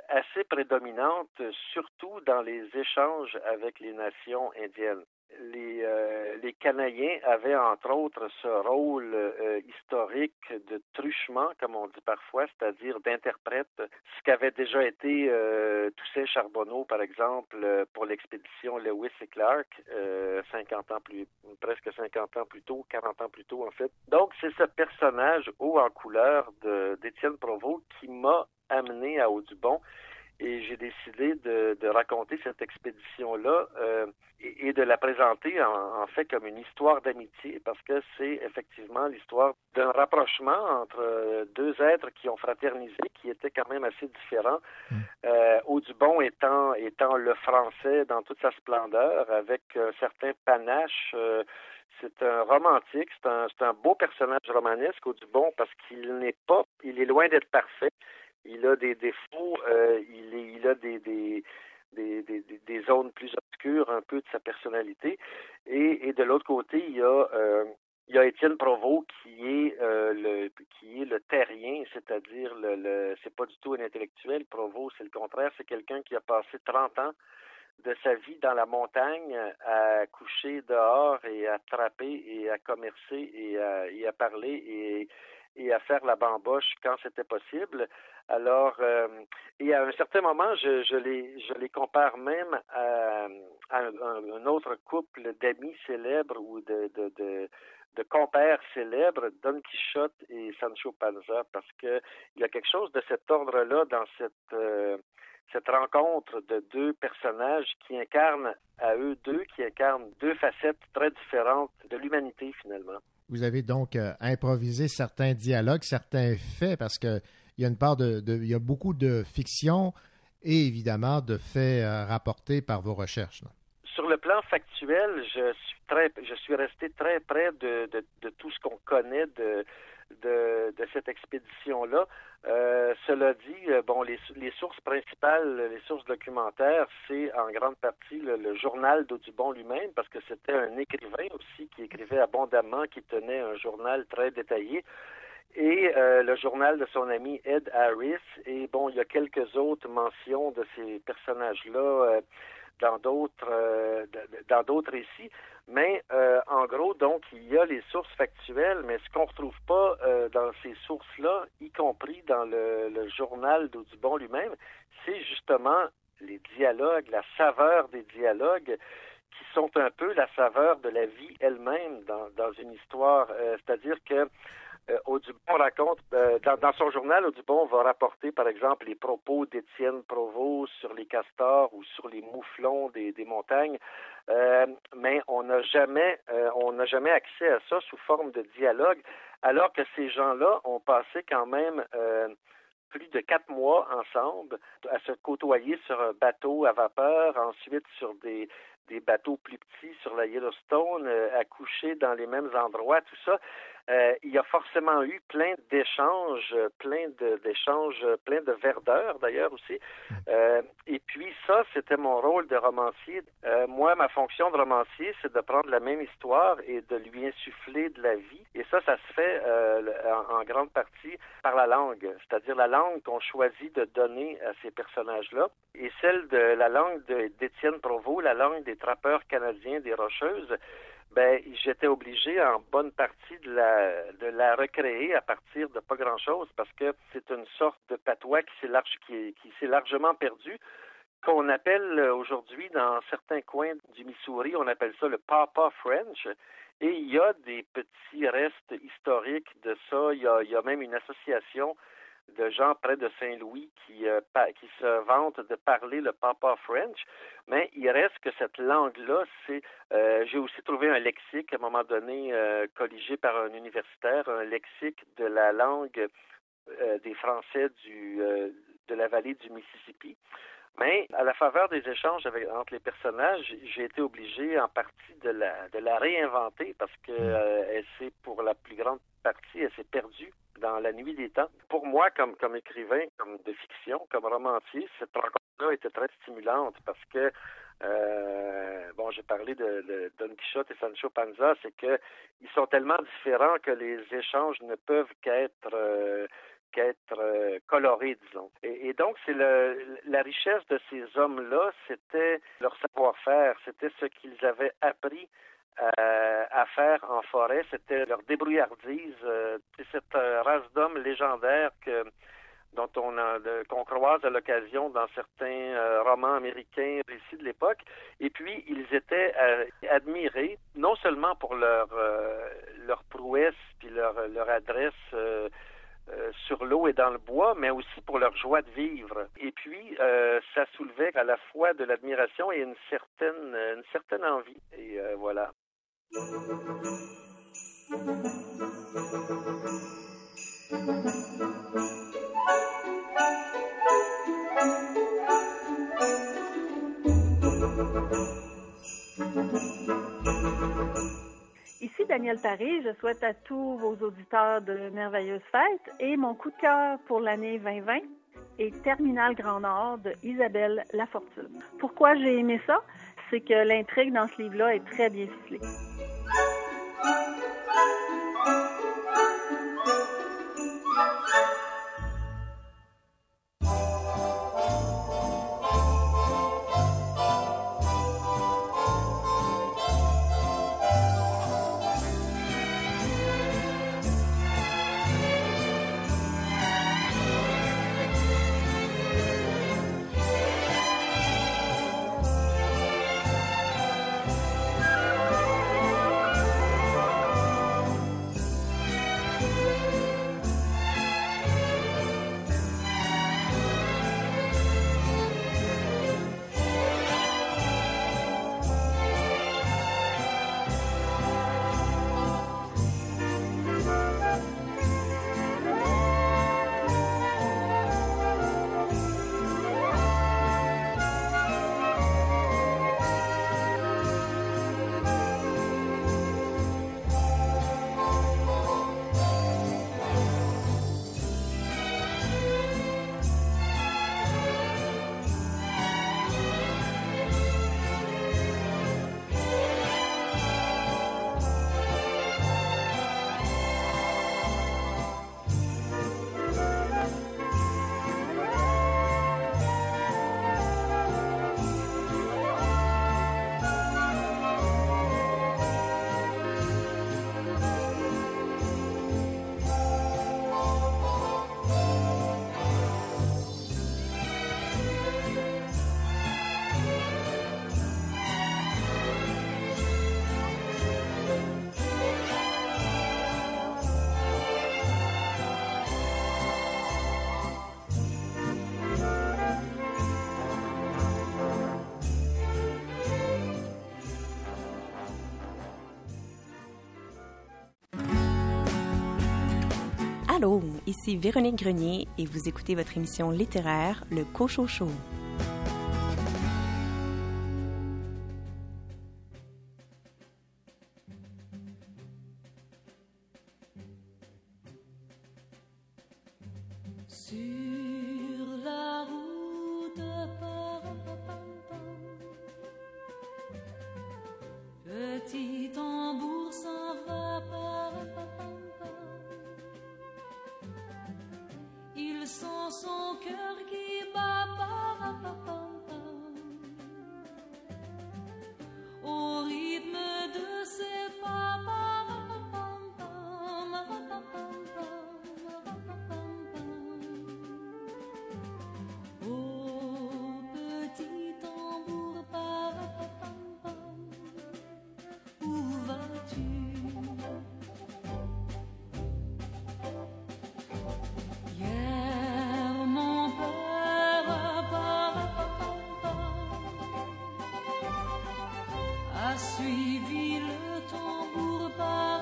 assez prédominante, surtout dans les échanges avec les nations indiennes. Les, euh, les Canadiens avaient entre autres ce rôle euh, historique de truchement, comme on dit parfois, c'est-à-dire d'interprète, ce qu'avait déjà été euh, Toussaint Charbonneau, par exemple, euh, pour l'expédition Lewis et Clark, euh, cinquante ans plus, presque cinquante ans plus tôt, quarante ans plus tôt en fait. Donc c'est ce personnage haut en couleur de, d'Étienne Provost qui m'a amené à Audubon. Et j'ai décidé de, de raconter cette expédition-là euh, et, et de la présenter en, en fait comme une histoire d'amitié, parce que c'est effectivement l'histoire d'un rapprochement entre deux êtres qui ont fraternisé, qui étaient quand même assez différents. Mmh. Euh, Audubon étant, étant le français dans toute sa splendeur, avec un certain panache. Euh, c'est un romantique, c'est un, c'est un beau personnage romanesque, Audubon, parce qu'il n'est pas, il est loin d'être parfait. Il a des défauts, euh, il, est, il a des, des, des, des, des zones plus obscures un peu de sa personnalité. Et, et de l'autre côté, il y a, euh, il y a Étienne Provost qui est, euh, le, qui est le terrien, c'est-à-dire, le, le, c'est pas du tout un intellectuel. Provost, c'est le contraire, c'est quelqu'un qui a passé trente ans de sa vie dans la montagne à coucher dehors et à trapper et à commercer et à, et à parler et, et à faire la bamboche quand c'était possible. Alors, euh, et à un certain moment, je, je, les, je les compare même à, à un, un autre couple d'amis célèbres ou de, de, de, de compères célèbres, Don Quichotte et Sancho Panza, parce que il y a quelque chose de cet ordre-là dans cette, euh, cette rencontre de deux personnages qui incarnent à eux deux, qui incarnent deux facettes très différentes de l'humanité finalement. Vous avez donc euh, improvisé certains dialogues, certains faits, parce que il y a une part de, de, il y a beaucoup de fiction et évidemment de faits euh, rapportés par vos recherches. Là. Sur le plan factuel, je suis très, je suis resté très près de, de, de tout ce qu'on connaît de, de, de cette expédition-là. Euh, cela dit, bon, les, les sources principales, les sources documentaires, c'est en grande partie le, le journal d'Audubon lui-même, parce que c'était un écrivain aussi qui écrivait abondamment, qui tenait un journal très détaillé. Et euh, le journal de son ami Ed Harris. Et bon, il y a quelques autres mentions de ces personnages-là euh, dans d'autres euh, dans d'autres récits. Mais euh, en gros, donc, il y a les sources factuelles, mais ce qu'on ne retrouve pas euh, dans ces sources-là, y compris dans le, le journal d'Audubon lui-même, c'est justement les dialogues, la saveur des dialogues, qui sont un peu la saveur de la vie elle-même dans, dans une histoire. Euh, c'est-à-dire que Euh, Audubon raconte, euh, dans, dans son journal, Audubon va rapporter, par exemple, les propos d'Étienne Provost sur les castors ou sur les mouflons des, des montagnes, euh, mais on n'a jamais, euh, on n'a jamais accès à ça sous forme de dialogue, alors que ces gens-là ont passé quand même euh, plus de quatre mois ensemble à se côtoyer sur un bateau à vapeur, ensuite sur des des bateaux plus petits sur la Yellowstone, euh, à coucher dans les mêmes endroits, tout ça. Euh, il y a forcément eu plein d'échanges, plein de, d'échanges, plein de verdeur d'ailleurs aussi. Euh, et puis ça, c'était mon rôle de romancier. Euh, moi, ma fonction de romancier, c'est de prendre la même histoire et de lui insuffler de la vie. Et ça, ça se fait euh, en, en grande partie par la langue, c'est-à-dire la langue qu'on choisit de donner à ces personnages-là. Et celle de la langue de, d'Étienne Provost, la langue des trappeurs canadiens des Rocheuses, ben j'étais obligé en bonne partie de la de la recréer à partir de pas grand-chose, parce que c'est une sorte de patois qui s'est large, qui, qui s'est largement perdu, qu'on appelle aujourd'hui dans certains coins du Missouri, on appelle ça le Papa French. Et il y a des petits restes historiques de ça. Il y a, il y a même une association de gens près de Saint-Louis qui, euh, pa- qui se vantent de parler le Papa French, mais il reste que cette langue-là, c'est... Euh, j'ai aussi trouvé un lexique, à un moment donné, euh, colligé par un universitaire, un lexique de la langue euh, des Français du, euh, de la vallée du Mississippi. Mais à la faveur des échanges avec, entre les personnages, j'ai été obligé en partie de la, de la réinventer, parce que euh, elle s'est, pour la plus grande partie, elle s'est perdue dans la nuit des temps. Pour moi, comme, comme écrivain, comme de fiction, comme romancier, cette rencontre-là était très stimulante, parce que, euh, bon, j'ai parlé de, de Don Quichotte et Sancho Panza, c'est que ils sont tellement différents que les échanges ne peuvent qu'être... Euh, qu'être euh, coloré, disons. Et, et donc, c'est le, la richesse de ces hommes-là, c'était leur savoir-faire, c'était ce qu'ils avaient appris euh, à faire en forêt, c'était leur débrouillardise. Euh, c'est cette euh, race d'hommes légendaires que dont on a, de, qu'on croise à l'occasion dans certains euh, romans américains récits de l'époque. Et puis, ils étaient euh, admirés, non seulement pour leur, euh, leur prouesse puis leur, leur adresse euh, euh, sur l'eau et dans le bois, mais aussi pour leur joie de vivre. Et puis, euh, ça soulevait à la fois de l'admiration et une certaine, une certaine envie. Et euh, voilà. Ici Danielle Paré, je souhaite à tous vos auditeurs de merveilleuses fêtes et mon coup de cœur pour l'année vingt vingt est Terminal Grand Nord de Isabelle Lafortune. Pourquoi j'ai aimé ça? C'est que l'intrigue dans ce livre-là est très bien ficelée. Allô, ici Véronique Grenier et vous écoutez votre émission littéraire, Le Cochocho. Sur la route, petit tambour s'en va, il sent son cœur qui bat, au rythme de ses pas. Suivi le tambour par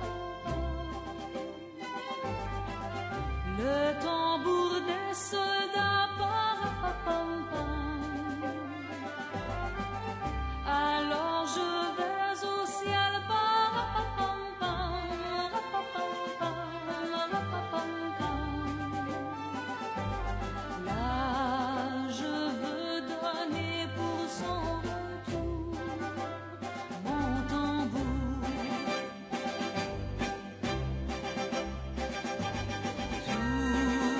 le tambour des soldats par alors je vais au ciel par là je veux donner pour son tout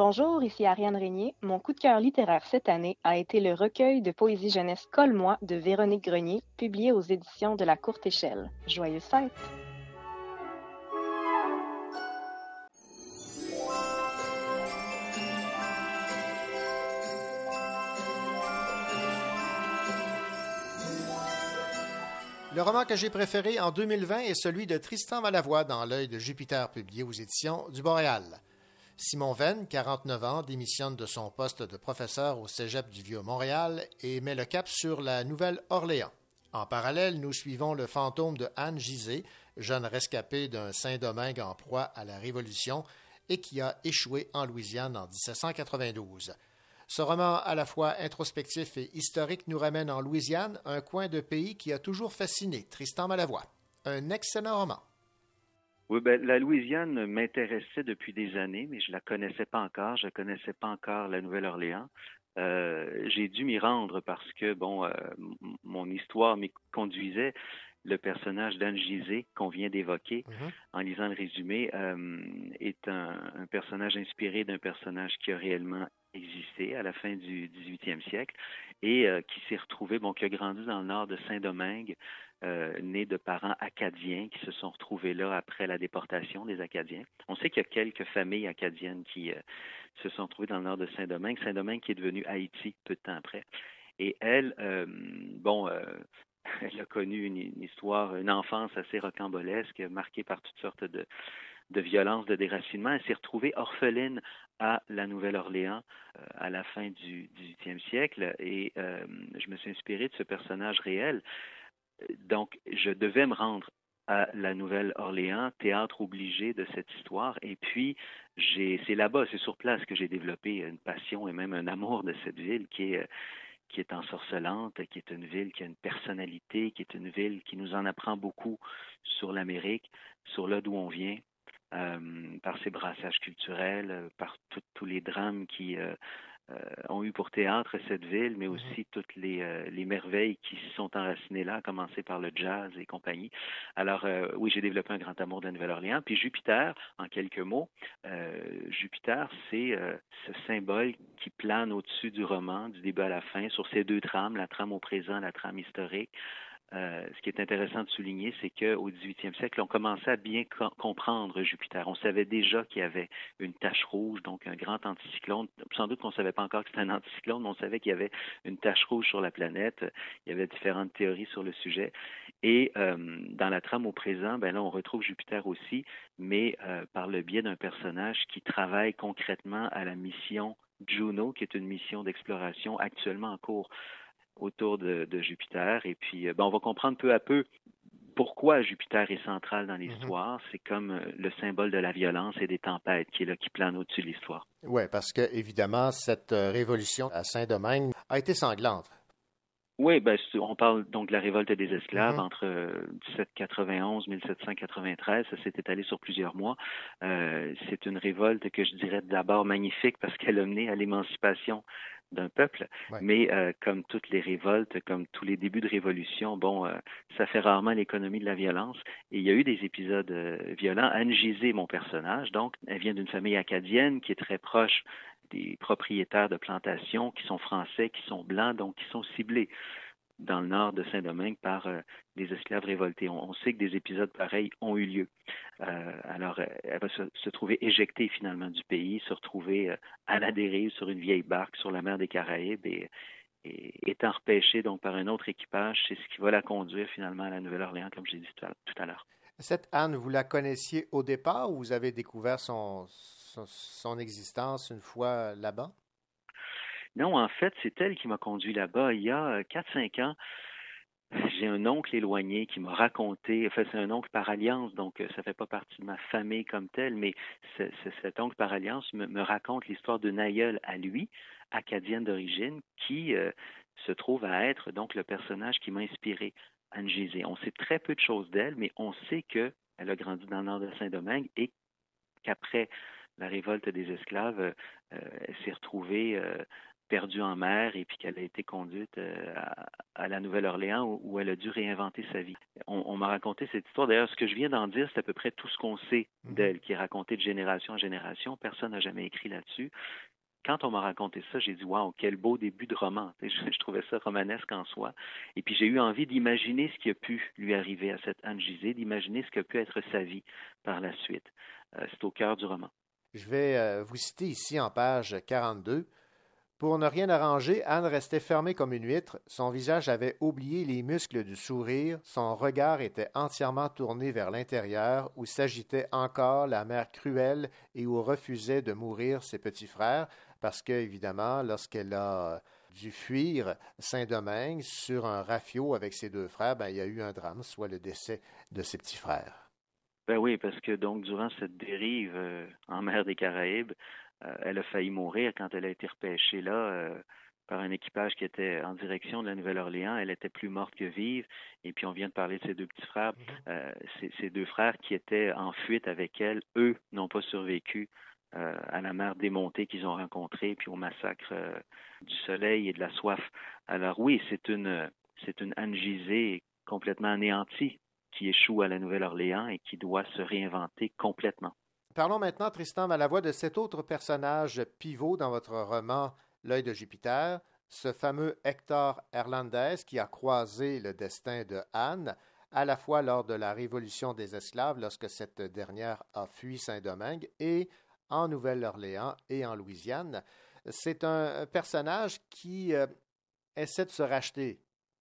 Bonjour, ici Ariane Régnier. Mon coup de cœur littéraire cette année a été le recueil de poésie jeunesse Colle-moi de Véronique Grenier, publié aux éditions de La Courte Échelle. Joyeuses fêtes! Le roman que j'ai préféré en deux mille vingt est celui de Tristan Malavoie dans L'œil de Jupiter, publié aux éditions du Boréal. Simon Venn, quarante-neuf ans, démissionne de son poste de professeur au Cégep du Vieux-Montréal et met le cap sur la Nouvelle-Orléans. En parallèle, nous suivons le fantôme de Anne Gizé, jeune rescapée d'un Saint-Domingue en proie à la Révolution et qui a échoué en Louisiane en dix-sept cent quatre-vingt-douze. Ce roman à la fois introspectif et historique nous ramène en Louisiane, un coin de pays qui a toujours fasciné Tristan Malavoie. Un excellent roman. Oui, ben, la Louisiane m'intéressait depuis des années, mais je la connaissais pas encore. Je connaissais pas encore la Nouvelle-Orléans. Euh, j'ai dû m'y rendre parce que, bon, euh, m- mon histoire m'y conduisait. Le personnage d'Anne Gizé qu'on vient d'évoquer Mhm. en lisant le résumé euh, est un, un personnage inspiré d'un personnage qui a réellement existé à la fin du dix-huitième siècle et euh, qui s'est retrouvé, bon, qui a grandi dans le nord de Saint-Domingue, euh, né de parents acadiens qui se sont retrouvés là après la déportation des Acadiens. On sait qu'il y a quelques familles acadiennes qui euh, se sont retrouvées dans le nord de Saint-Domingue. Saint-Domingue qui est devenu Haïti peu de temps après. Et elle, euh, bon... Euh, elle a connu une, une histoire, une enfance assez rocambolesque, marquée par toutes sortes de, de violences, de déracinement. Elle s'est retrouvée orpheline à la Nouvelle-Orléans euh, à la fin du dix-huitième siècle et euh, je me suis inspiré de ce personnage réel. Donc, je devais me rendre à la Nouvelle-Orléans, théâtre obligé de cette histoire. Et puis, j'ai, c'est là-bas, c'est sur place que j'ai développé une passion et même un amour de cette ville qui est... qui est ensorcelante, qui est une ville qui a une personnalité, qui est une ville qui nous en apprend beaucoup sur l'Amérique, sur là d'où on vient, euh, par ses brassages culturels, par tout- tous les drames qui euh, euh, ont eu pour théâtre cette ville, mais aussi toutes les, euh, les merveilles qui se sont enracinées là, à commencer par le jazz et compagnie. Alors, euh, oui, j'ai développé un grand amour de la Nouvelle-Orléans. Puis Jupiter, en quelques mots, euh, Jupiter, c'est euh, ce symbole qui plane au-dessus du roman, du début à la fin, sur ces deux trames, la trame au présent, la trame historique. Euh, ce qui est intéressant de souligner, c'est qu'au dix-huitième siècle, on commençait à bien co- comprendre Jupiter. On savait déjà qu'il y avait une tache rouge, donc un grand anticyclone. Sans doute qu'on ne savait pas encore que c'était un anticyclone, mais on savait qu'il y avait une tache rouge sur la planète. Il y avait différentes théories sur le sujet. Et euh, dans la trame au présent, ben là, on retrouve Jupiter aussi, mais euh, par le biais d'un personnage qui travaille concrètement à la mission Juno, qui est une mission d'exploration actuellement en cours autour de, de Jupiter. Et puis, ben, on va comprendre peu à peu pourquoi Jupiter est central dans l'histoire. C'est comme euh, le symbole de la violence et des tempêtes qui est là, qui plane au-dessus de l'histoire. Oui, parce que, évidemment, cette euh, révolution à Saint-Domingue a été sanglante. Oui, ben, c'est- on parle donc de la révolte des esclaves Mhm. entre euh, dix-sept cent quatre-vingt-onze et dix-sept cent quatre-vingt-treize. Ça s'est étalé sur plusieurs mois. Euh, c'est une révolte que je dirais d'abord magnifique parce qu'elle a mené à l'émancipation d'un peuple, Ouais. mais euh, comme toutes les révoltes, comme tous les débuts de révolution, bon, euh, ça fait rarement l'économie de la violence. Et il y a eu des épisodes euh, violents. Anne Gizé, mon personnage, donc, elle vient d'une famille acadienne qui est très proche des propriétaires de plantations qui sont français, qui sont blancs, donc qui sont ciblés dans le nord de Saint-Domingue par euh, des esclaves révoltés. On, on sait que des épisodes pareils ont eu lieu. Euh, alors, euh, elle va se, se trouver éjectée finalement du pays, se retrouver euh, à la dérive sur une vieille barque sur la mer des Caraïbes et, et étant repêchée donc par un autre équipage, c'est ce qui va la conduire finalement à la Nouvelle-Orléans, comme j'ai dit tout à, tout à l'heure. Cette Anne, vous la connaissiez au départ ou vous avez découvert son, son, son existence une fois là-bas? Non, en fait, c'est elle qui m'a conduit là-bas il y a quatre cinq ans. J'ai un oncle éloigné qui m'a raconté, enfin c'est un oncle par alliance, donc euh, ça fait pas partie de ma famille comme telle, mais ce- ce- cet oncle par alliance me, me raconte l'histoire d'une aïeule à lui, acadienne d'origine, qui euh, se trouve à être donc le personnage qui m'a inspiré, Anne Gizé. On sait très peu de choses d'elle, mais on sait qu'elle a grandi dans le nord de Saint-Domingue et qu'après la révolte des esclaves, euh, elle s'est retrouvée euh, perdue en mer et puis qu'elle a été conduite euh, à, à la Nouvelle-Orléans où, où elle a dû réinventer sa vie. On, on m'a raconté cette histoire. D'ailleurs, ce que je viens d'en dire, c'est à peu près tout ce qu'on sait d'elle, qui est raconté de génération en génération. Personne n'a jamais écrit là-dessus. Quand on m'a raconté ça, j'ai dit « Wow, quel beau début de roman! » Je, je trouvais ça romanesque en soi. Et puis j'ai eu envie d'imaginer ce qui a pu lui arriver à cette Anne Gizé, d'imaginer ce qui a pu être sa vie par la suite. Euh, c'est au cœur du roman. Je vais euh, vous citer ici en page quarante-deux. Pour ne rien arranger, Anne restait fermée comme une huître, son visage avait oublié les muscles du sourire, son regard était entièrement tourné vers l'intérieur où s'agitait encore la mer cruelle et où refusaient de mourir ses petits frères, parce que, évidemment, lorsqu'elle a dû fuir Saint-Domingue sur un rafio avec ses deux frères, ben, il y a eu un drame, soit le décès de ses petits frères. Ben oui, parce que donc durant cette dérive euh, en mer des Caraïbes, euh, elle a failli mourir quand elle a été repêchée là euh, par un équipage qui était en direction de la Nouvelle-Orléans. Elle était plus morte que vive. Et puis on vient de parler de ses deux petits frères. Euh, ces, ces deux frères qui étaient en fuite avec elle, eux n'ont pas survécu euh, à la mer démontée qu'ils ont rencontrée, puis au massacre euh, du soleil et de la soif. Alors oui, c'est une c'est une Anne Gizé complètement anéantie qui échoue à la Nouvelle-Orléans et qui doit se réinventer complètement. Parlons maintenant, Tristan Malavoie, de cet autre personnage pivot dans votre roman « L'œil de Jupiter », ce fameux Hector Hernandez qui a croisé le destin de Anne, à la fois lors de la Révolution des esclaves, lorsque cette dernière a fui Saint-Domingue, et en Nouvelle-Orléans et en Louisiane. C'est un personnage qui euh, essaie de se racheter.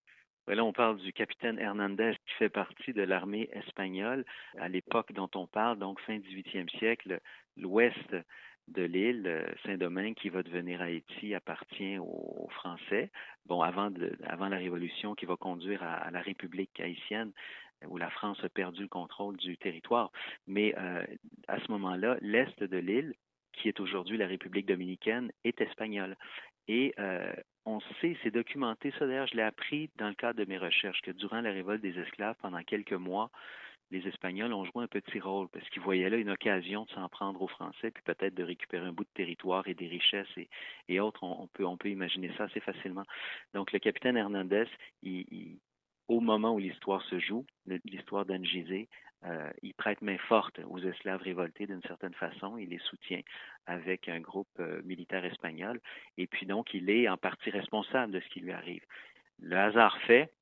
Là, on parle du capitaine Hernandez qui fait partie de l'armée espagnole à l'époque dont on parle, donc fin dix-huitième siècle. L'ouest de l'île, Saint-Domingue, qui va devenir Haïti, appartient aux Français. Bon, avant, de, avant la Révolution qui va conduire à, à la République haïtienne, où la France a perdu le contrôle du territoire. Mais euh, à ce moment-là, l'est de l'île, qui est aujourd'hui la République dominicaine, est espagnole. Et euh, on sait, c'est documenté, ça d'ailleurs, je l'ai appris dans le cadre de mes recherches, que durant la révolte des esclaves, pendant quelques mois, les Espagnols ont joué un petit rôle parce qu'ils voyaient là une occasion de s'en prendre aux Français, puis peut-être de récupérer un bout de territoire et des richesses et, et autres. On, on, peut, on peut imaginer ça assez facilement. Donc, le capitaine Hernandez, il, il, au moment où l'histoire se joue, l'histoire d'Anne Gizé, euh, il prête main forte aux esclaves révoltés d'une certaine façon. Il les soutient avec un groupe euh, militaire espagnol. Et puis donc, il est en partie responsable de ce qui lui arrive. Le hasard fait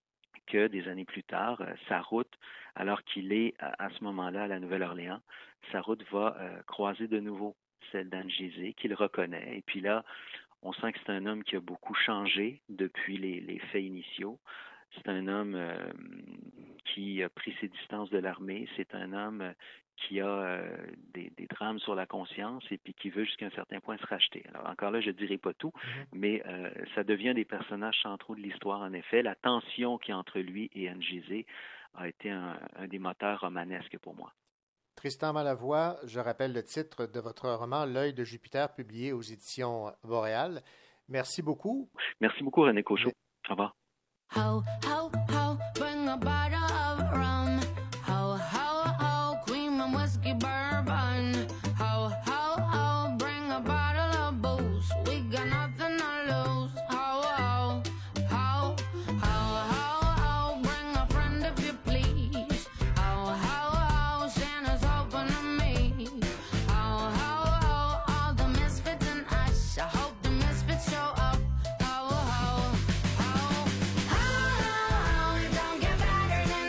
que des années plus tard, euh, sa route, alors qu'il est à, à ce moment-là à la Nouvelle-Orléans, sa route va euh, croiser de nouveau celle d'Anne Gizé, qu'il reconnaît. Et puis là, on sent que c'est un homme qui a beaucoup changé depuis les, les faits initiaux. C'est un homme euh, qui a pris ses distances de l'armée. C'est un homme euh, qui a euh, des, des drames sur la conscience et puis qui veut jusqu'à un certain point se racheter. Alors encore là, je ne dirai pas tout, mm-hmm. mais euh, ça devient des personnages centraux de l'histoire, en effet. La tension qu'il y a entre lui et Anne Gizé a été un, un des moteurs romanesques pour moi. Tristan Malavoie, je rappelle le titre de votre roman « L'œil de Jupiter » publié aux éditions Boréal. Merci beaucoup. Merci beaucoup, René Cochot. Oui. Au revoir. Ho, ho, ho, bring a bottle of rum. Ho, ho, ho, cream and whiskey bourbon. Ho, ho, ho, bring a bottle of booze. We got nothing to lose. Ho, ho, ho, ho, ho, ho, bring a friend if you please. Ho, ho, ho, Santa's open to me. Ho, ho, ho, all the misfits and us. I hope the misfits show up. Ho, ho, ho. Don't get better than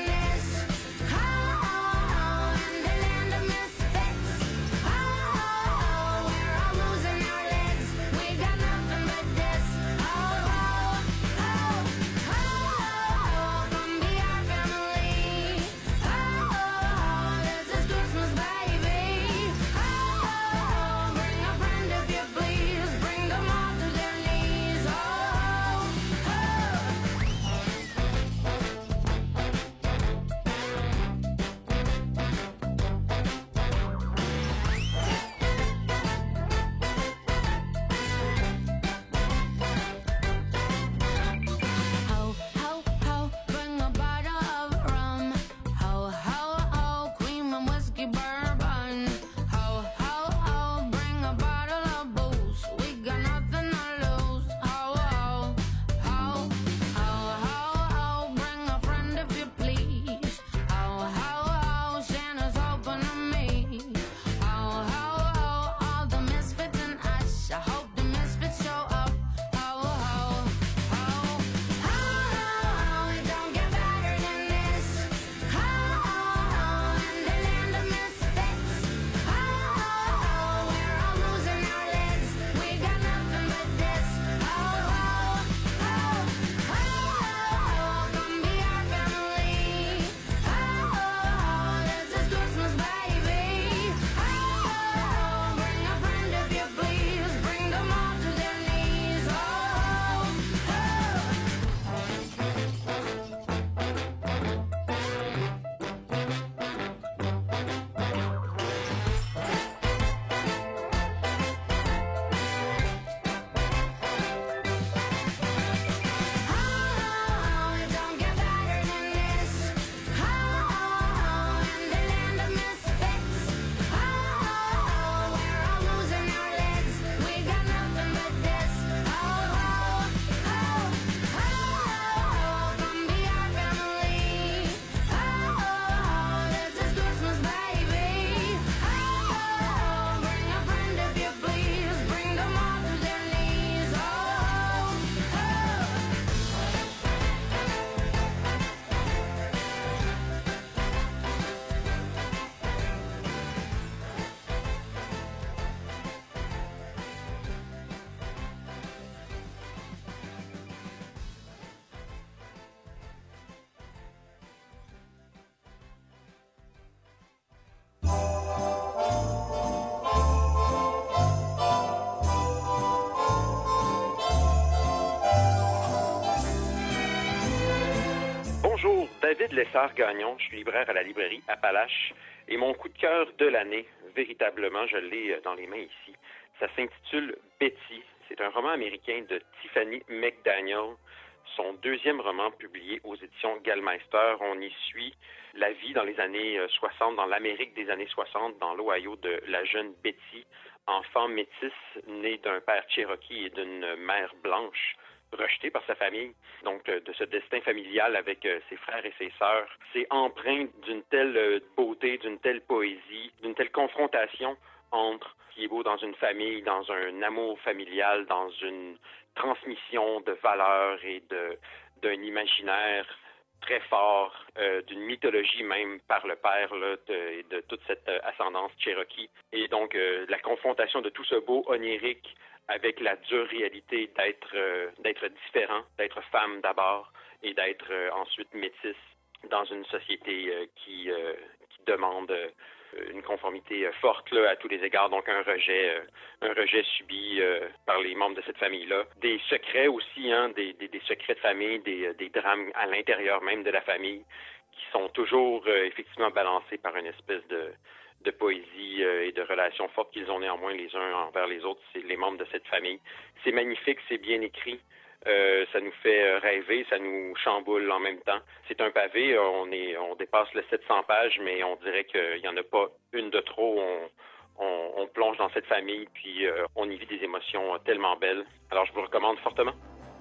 Fred Lessard-Gagnon, je suis libraire à la librairie Appalache. Et mon coup de cœur de l'année, véritablement, je l'ai dans les mains ici. Ça s'intitule Betty. C'est un roman américain de Tiffany McDaniel. Son deuxième roman publié aux éditions Gallmeister. On y suit la vie dans les années soixante, dans l'Amérique des années soixante, dans l'Ohio de la jeune Betty, enfant métisse, née d'un père Cherokee et d'une mère blanche, rejetée par sa famille. Donc, de ce destin familial avec ses frères et ses sœurs. C'est empreint d'une telle beauté, d'une telle poésie, d'une telle confrontation entre ce qui est beau dans une famille, dans un amour familial, dans une transmission de valeurs et de d'un imaginaire très fort, euh, d'une mythologie même par le père là, de, de toute cette ascendance Cherokee. Et donc, euh, la confrontation de tout ce beau onirique avec la dure réalité d'être euh, d'être différent, d'être femme d'abord et d'être euh, ensuite métisse dans une société euh, qui, euh, qui demande euh, une conformité euh, forte là, à tous les égards, donc un rejet, euh, un rejet subi euh, par les membres de cette famille-là. Des secrets aussi, hein, des, des, des secrets de famille, des, des drames à l'intérieur même de la famille qui sont toujours euh, effectivement balancés par une espèce de de poésie euh, et de relations fortes qu'ils ont néanmoins les uns envers les autres, c'est les membres de cette famille. C'est magnifique, c'est bien écrit, euh, ça nous fait rêver, ça nous chamboule en même temps. C'est un pavé, on est, on dépasse les sept cents pages, mais on dirait qu'il n'y en a pas une de trop. On, on, on plonge dans cette famille, puis euh, on y vit des émotions tellement belles. Alors je vous recommande fortement.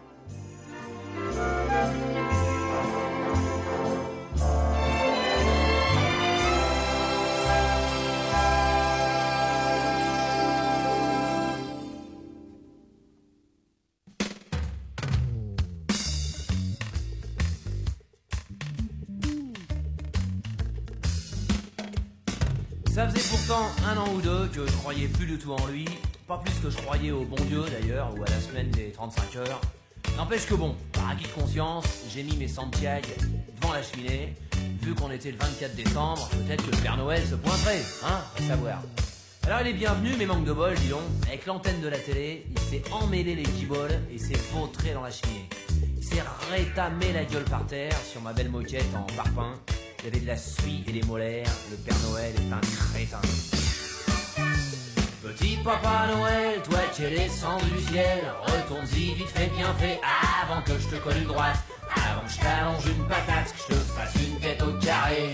Ça faisait pourtant un an ou deux que je croyais plus du tout en lui, pas plus que je croyais au bon Dieu d'ailleurs, ou à la semaine des trente-cinq heures. N'empêche que bon, par acquis de conscience, j'ai mis mes Santiago devant la cheminée. Vu qu'on était le vingt-quatre décembre, peut-être que le Père Noël se pointerait, hein, à savoir. Alors il est bienvenu, mais manque de bol, dis donc. Avec l'antenne de la télé, il s'est emmêlé les giboles et s'est vautré dans la cheminée. Il s'est rétamé la gueule par terre sur ma belle moquette en parpaing. Il y avait de la suie et des molaires, le Père Noël est un crétin. Petit Papa Noël, toi qui es descendu du ciel, retourne-y vite fait bien fait, avant que je te colle une droite, avant que je t'allonge une patate, que je te fasse une tête au carré.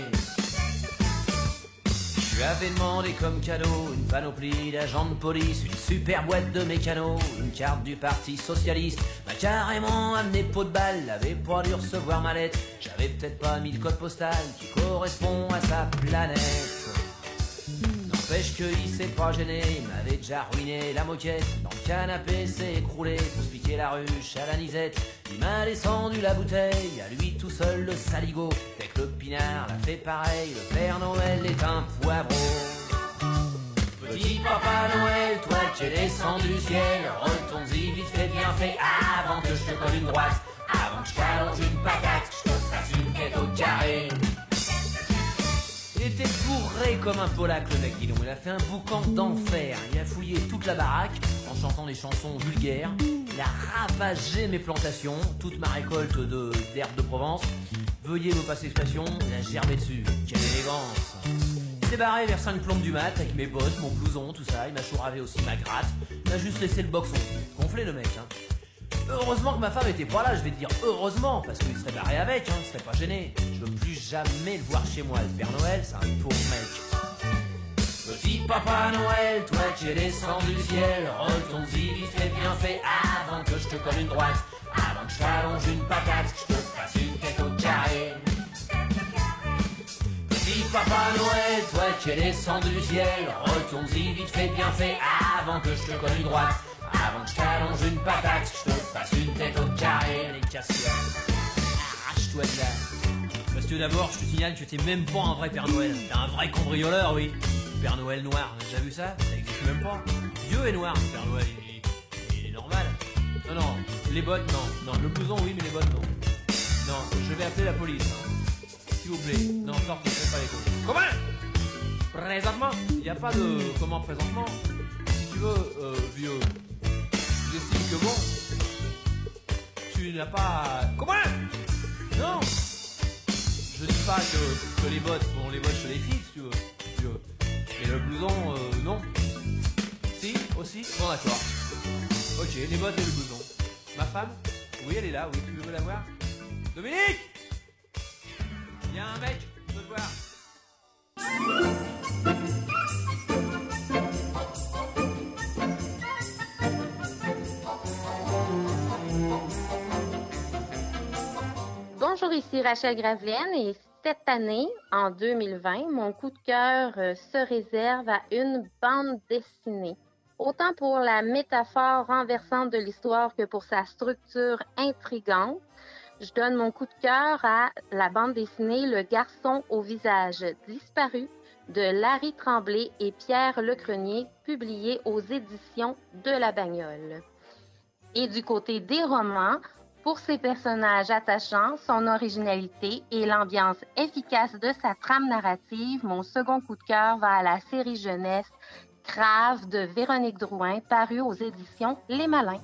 Je lui avais demandé comme cadeau une panoplie d'agents de police, une super boîte de mécano, une carte du Parti Socialiste. M'a carrément amené pot de balle, avait pas dû recevoir ma lettre. J'avais peut-être pas mis le code postal qui correspond à sa planète. N'empêche qu'il s'est pas gêné, il m'avait déjà ruiné la moquette. Dans le canapé s'est écroulé pour se piquer la ruche à la nisette. Il m'a descendu la bouteille, à lui tout seul le saligo. Avec le pinard l'a fait pareil, le Père Noël est un poivreau. Petit Papa Noël, toi qui es descendu du ciel, retourne-y vite fait bien fait, avant que je te colle une droite, avant que je t'allonge une patate, que je te fasse une tête au carré. Il était bourré comme un Polac, le mec, dis donc. Il a fait un boucan d'enfer. Il a fouillé toute la baraque en chantant des chansons vulgaires. Il a ravagé mes plantations, toute ma récolte de, d'herbes de Provence. Veuillez me passer l'expression, il a germé dessus. Quelle élégance! Il s'est barré vers cinq plombes du mat avec mes bottes, mon blouson, tout ça. Il m'a chouravé aussi ma gratte. Il m'a juste laissé le boxon. Gonflé le mec, hein. Heureusement que ma femme était pas là, je vais te dire heureusement, parce qu'il serait barré avec, hein, il serait pas gêné. Je veux plus jamais le voir chez moi, le Père Noël, c'est un pauvre mec. Petit Papa Noël, toi qui es descendu du ciel, retourne-y vite fait bien fait, avant que je te colle une droite, avant que je t'allonge une patate, que je te fasse une tête au carré. Petit Papa Noël, toi qui es descendu du ciel, retourne-y vite fait bien fait, avant que je te colle une droite, avant que je t'allonge une patate, que je te fasse une tête au carré. Allez, casse-toi. Arrache-toi de là. Parce que d'abord, je te signale que t'es même pas un vrai Père Noël. T'es un vrai cambrioleur, oui. Père Noël noir, t'as déjà vu ça? Ça existe même pas. Dieu est noir, le Père Noël, il est, il est normal. Non, non, les bottes, non. Non, le blouson, oui, mais les bottes, non. Non, je vais appeler la police. Hein. S'il vous plaît. Non, sortez, faites pas les coups. Comment? Présentement? Il n'y a pas de... Comment présentement? Si tu veux, euh, vieux... J'estime que bon, tu n'as pas... Comment? Non, je dis pas que, que les bottes, bon, les bottes, je les fixe, tu veux. Tu veux. Mais le blouson, euh, non. Si, aussi. Bon, d'accord. Ok, les bottes et le blouson. Ma femme? Oui, elle est là, oui, tu veux la voir? Dominique! Il y a un mec, je veux te voir. Bonjour, ici Rachel Gravelaine et cette année, en deux mille vingt, mon coup de cœur euh, se réserve à une bande dessinée. Autant pour la métaphore renversante de l'histoire que pour sa structure intrigante, je donne mon coup de cœur à la bande dessinée Le garçon au visage disparu de Larry Tremblay et Pierre Lecrenier, publiée aux éditions de La Bagnole. Et du côté des romans, pour ses personnages attachants, son originalité et l'ambiance efficace de sa trame narrative, mon second coup de cœur va à la série jeunesse Crave de Véronique Drouin, parue aux éditions Les Malins.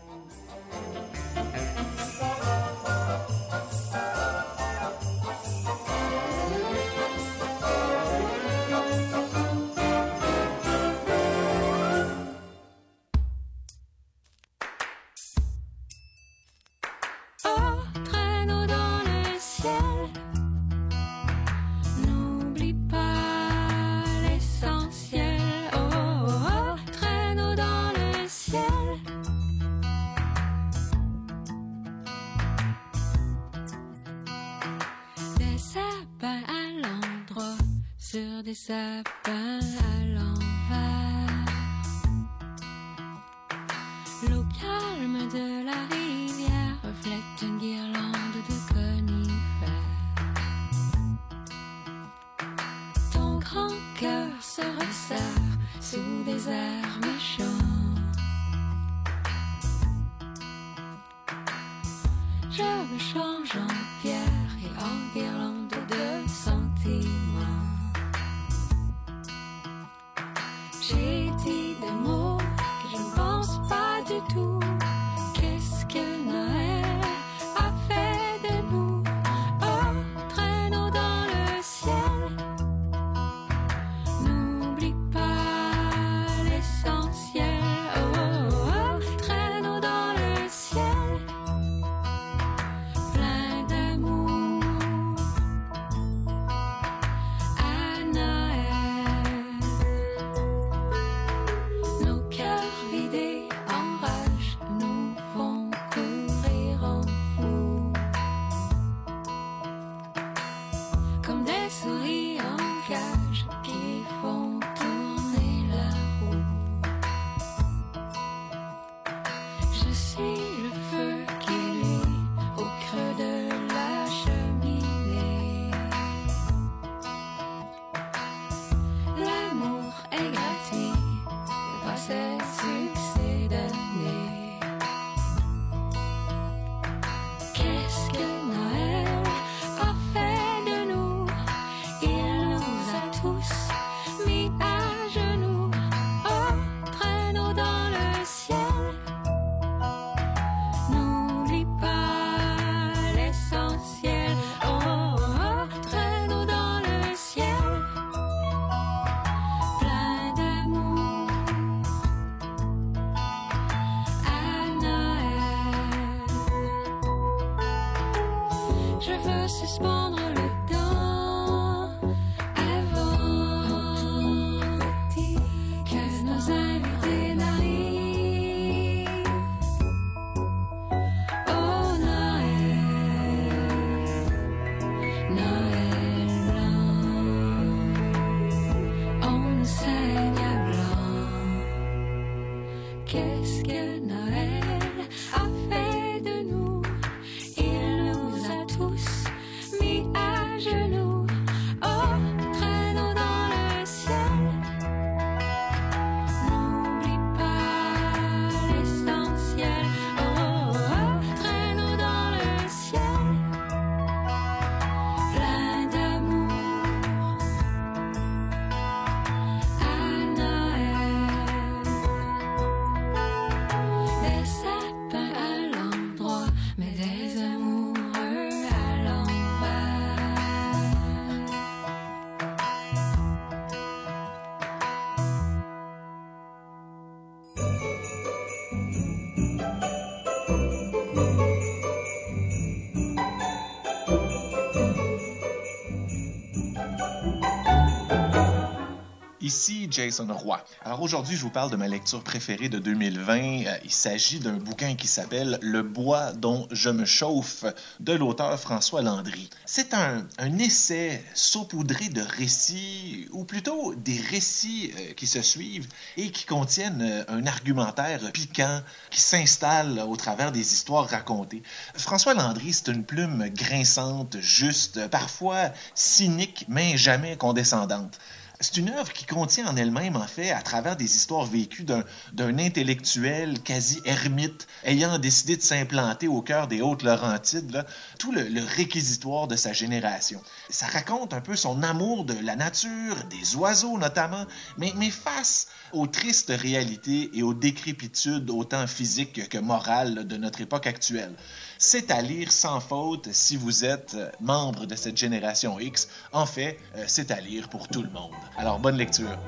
Des sapins à l'envers. L'eau calme de la rivière reflète une guirlande de conifères. Ton grand cœur se resserre sous des airs méchants. Je me change en pierre et en guirlande de sentiments. J'ai dit des mots que je ne pense pas du tout. Qu'est-ce que Noël a fait de nous? Oh, traîneau dans le ciel. N'oublie pas l'essentiel. Oh, oh, oh, traîneau dans le ciel. Plein d'amour. À Noël. Nos cœurs vidés en rage nous font courir en fou. Comme des souris en cage qui font tourner la roue. Je suis le feu qui luit au creux de la cheminée. L'amour est gratuit. C'est succès d'année. Qu'est-ce que Noël a fait de nous? Il nous a tous mis à genoux. Oh, traîneau dans le ciel. N'oublie pas l'essentiel. Oh, oh, oh, traîneau dans le ciel. Plein d'amour. Je veux suspendre le temps avant que nos invités n'arrivent. Oh Noël, Noël blanc, on saigne à blanc. Qu'est-ce que Noël a fait de nous? Il nous a tous mis à Ici Jason Roy. Alors aujourd'hui, je vous parle de ma lecture préférée de deux mille vingt. Il s'agit d'un bouquin qui s'appelle « Le bois dont je me chauffe » de l'auteur François Landry. C'est un, un essai saupoudré de récits, ou plutôt des récits euh, qui se suivent et qui contiennent euh, un argumentaire piquant qui s'installe au travers des histoires racontées. François Landry, c'est une plume grinçante, juste, parfois cynique, mais jamais condescendante. C'est une œuvre qui contient en elle-même, en fait, à travers des histoires vécues d'un, d'un intellectuel quasi ermite ayant décidé de s'implanter au cœur des Hautes-Laurentides, là, tout le, le réquisitoire de sa génération. Ça raconte un peu son amour de la nature, des oiseaux notamment, mais, mais face aux tristes réalités et aux décrépitudes autant physiques que morales de notre époque actuelle. C'est à lire sans faute si vous êtes membre de cette génération X. En fait, c'est à lire pour tout le monde. Alors, bonne lecture.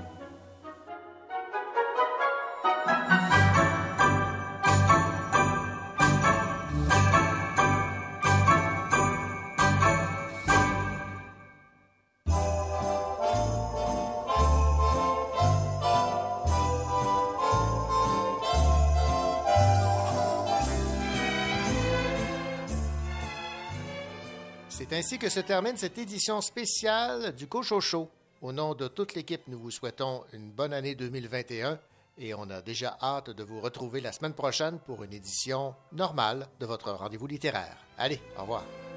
C'est ainsi que se termine cette édition spéciale du Cochocho. Au nom de toute l'équipe, nous vous souhaitons une bonne année deux mille vingt et un et on a déjà hâte de vous retrouver la semaine prochaine pour une édition normale de votre rendez-vous littéraire. Allez, au revoir.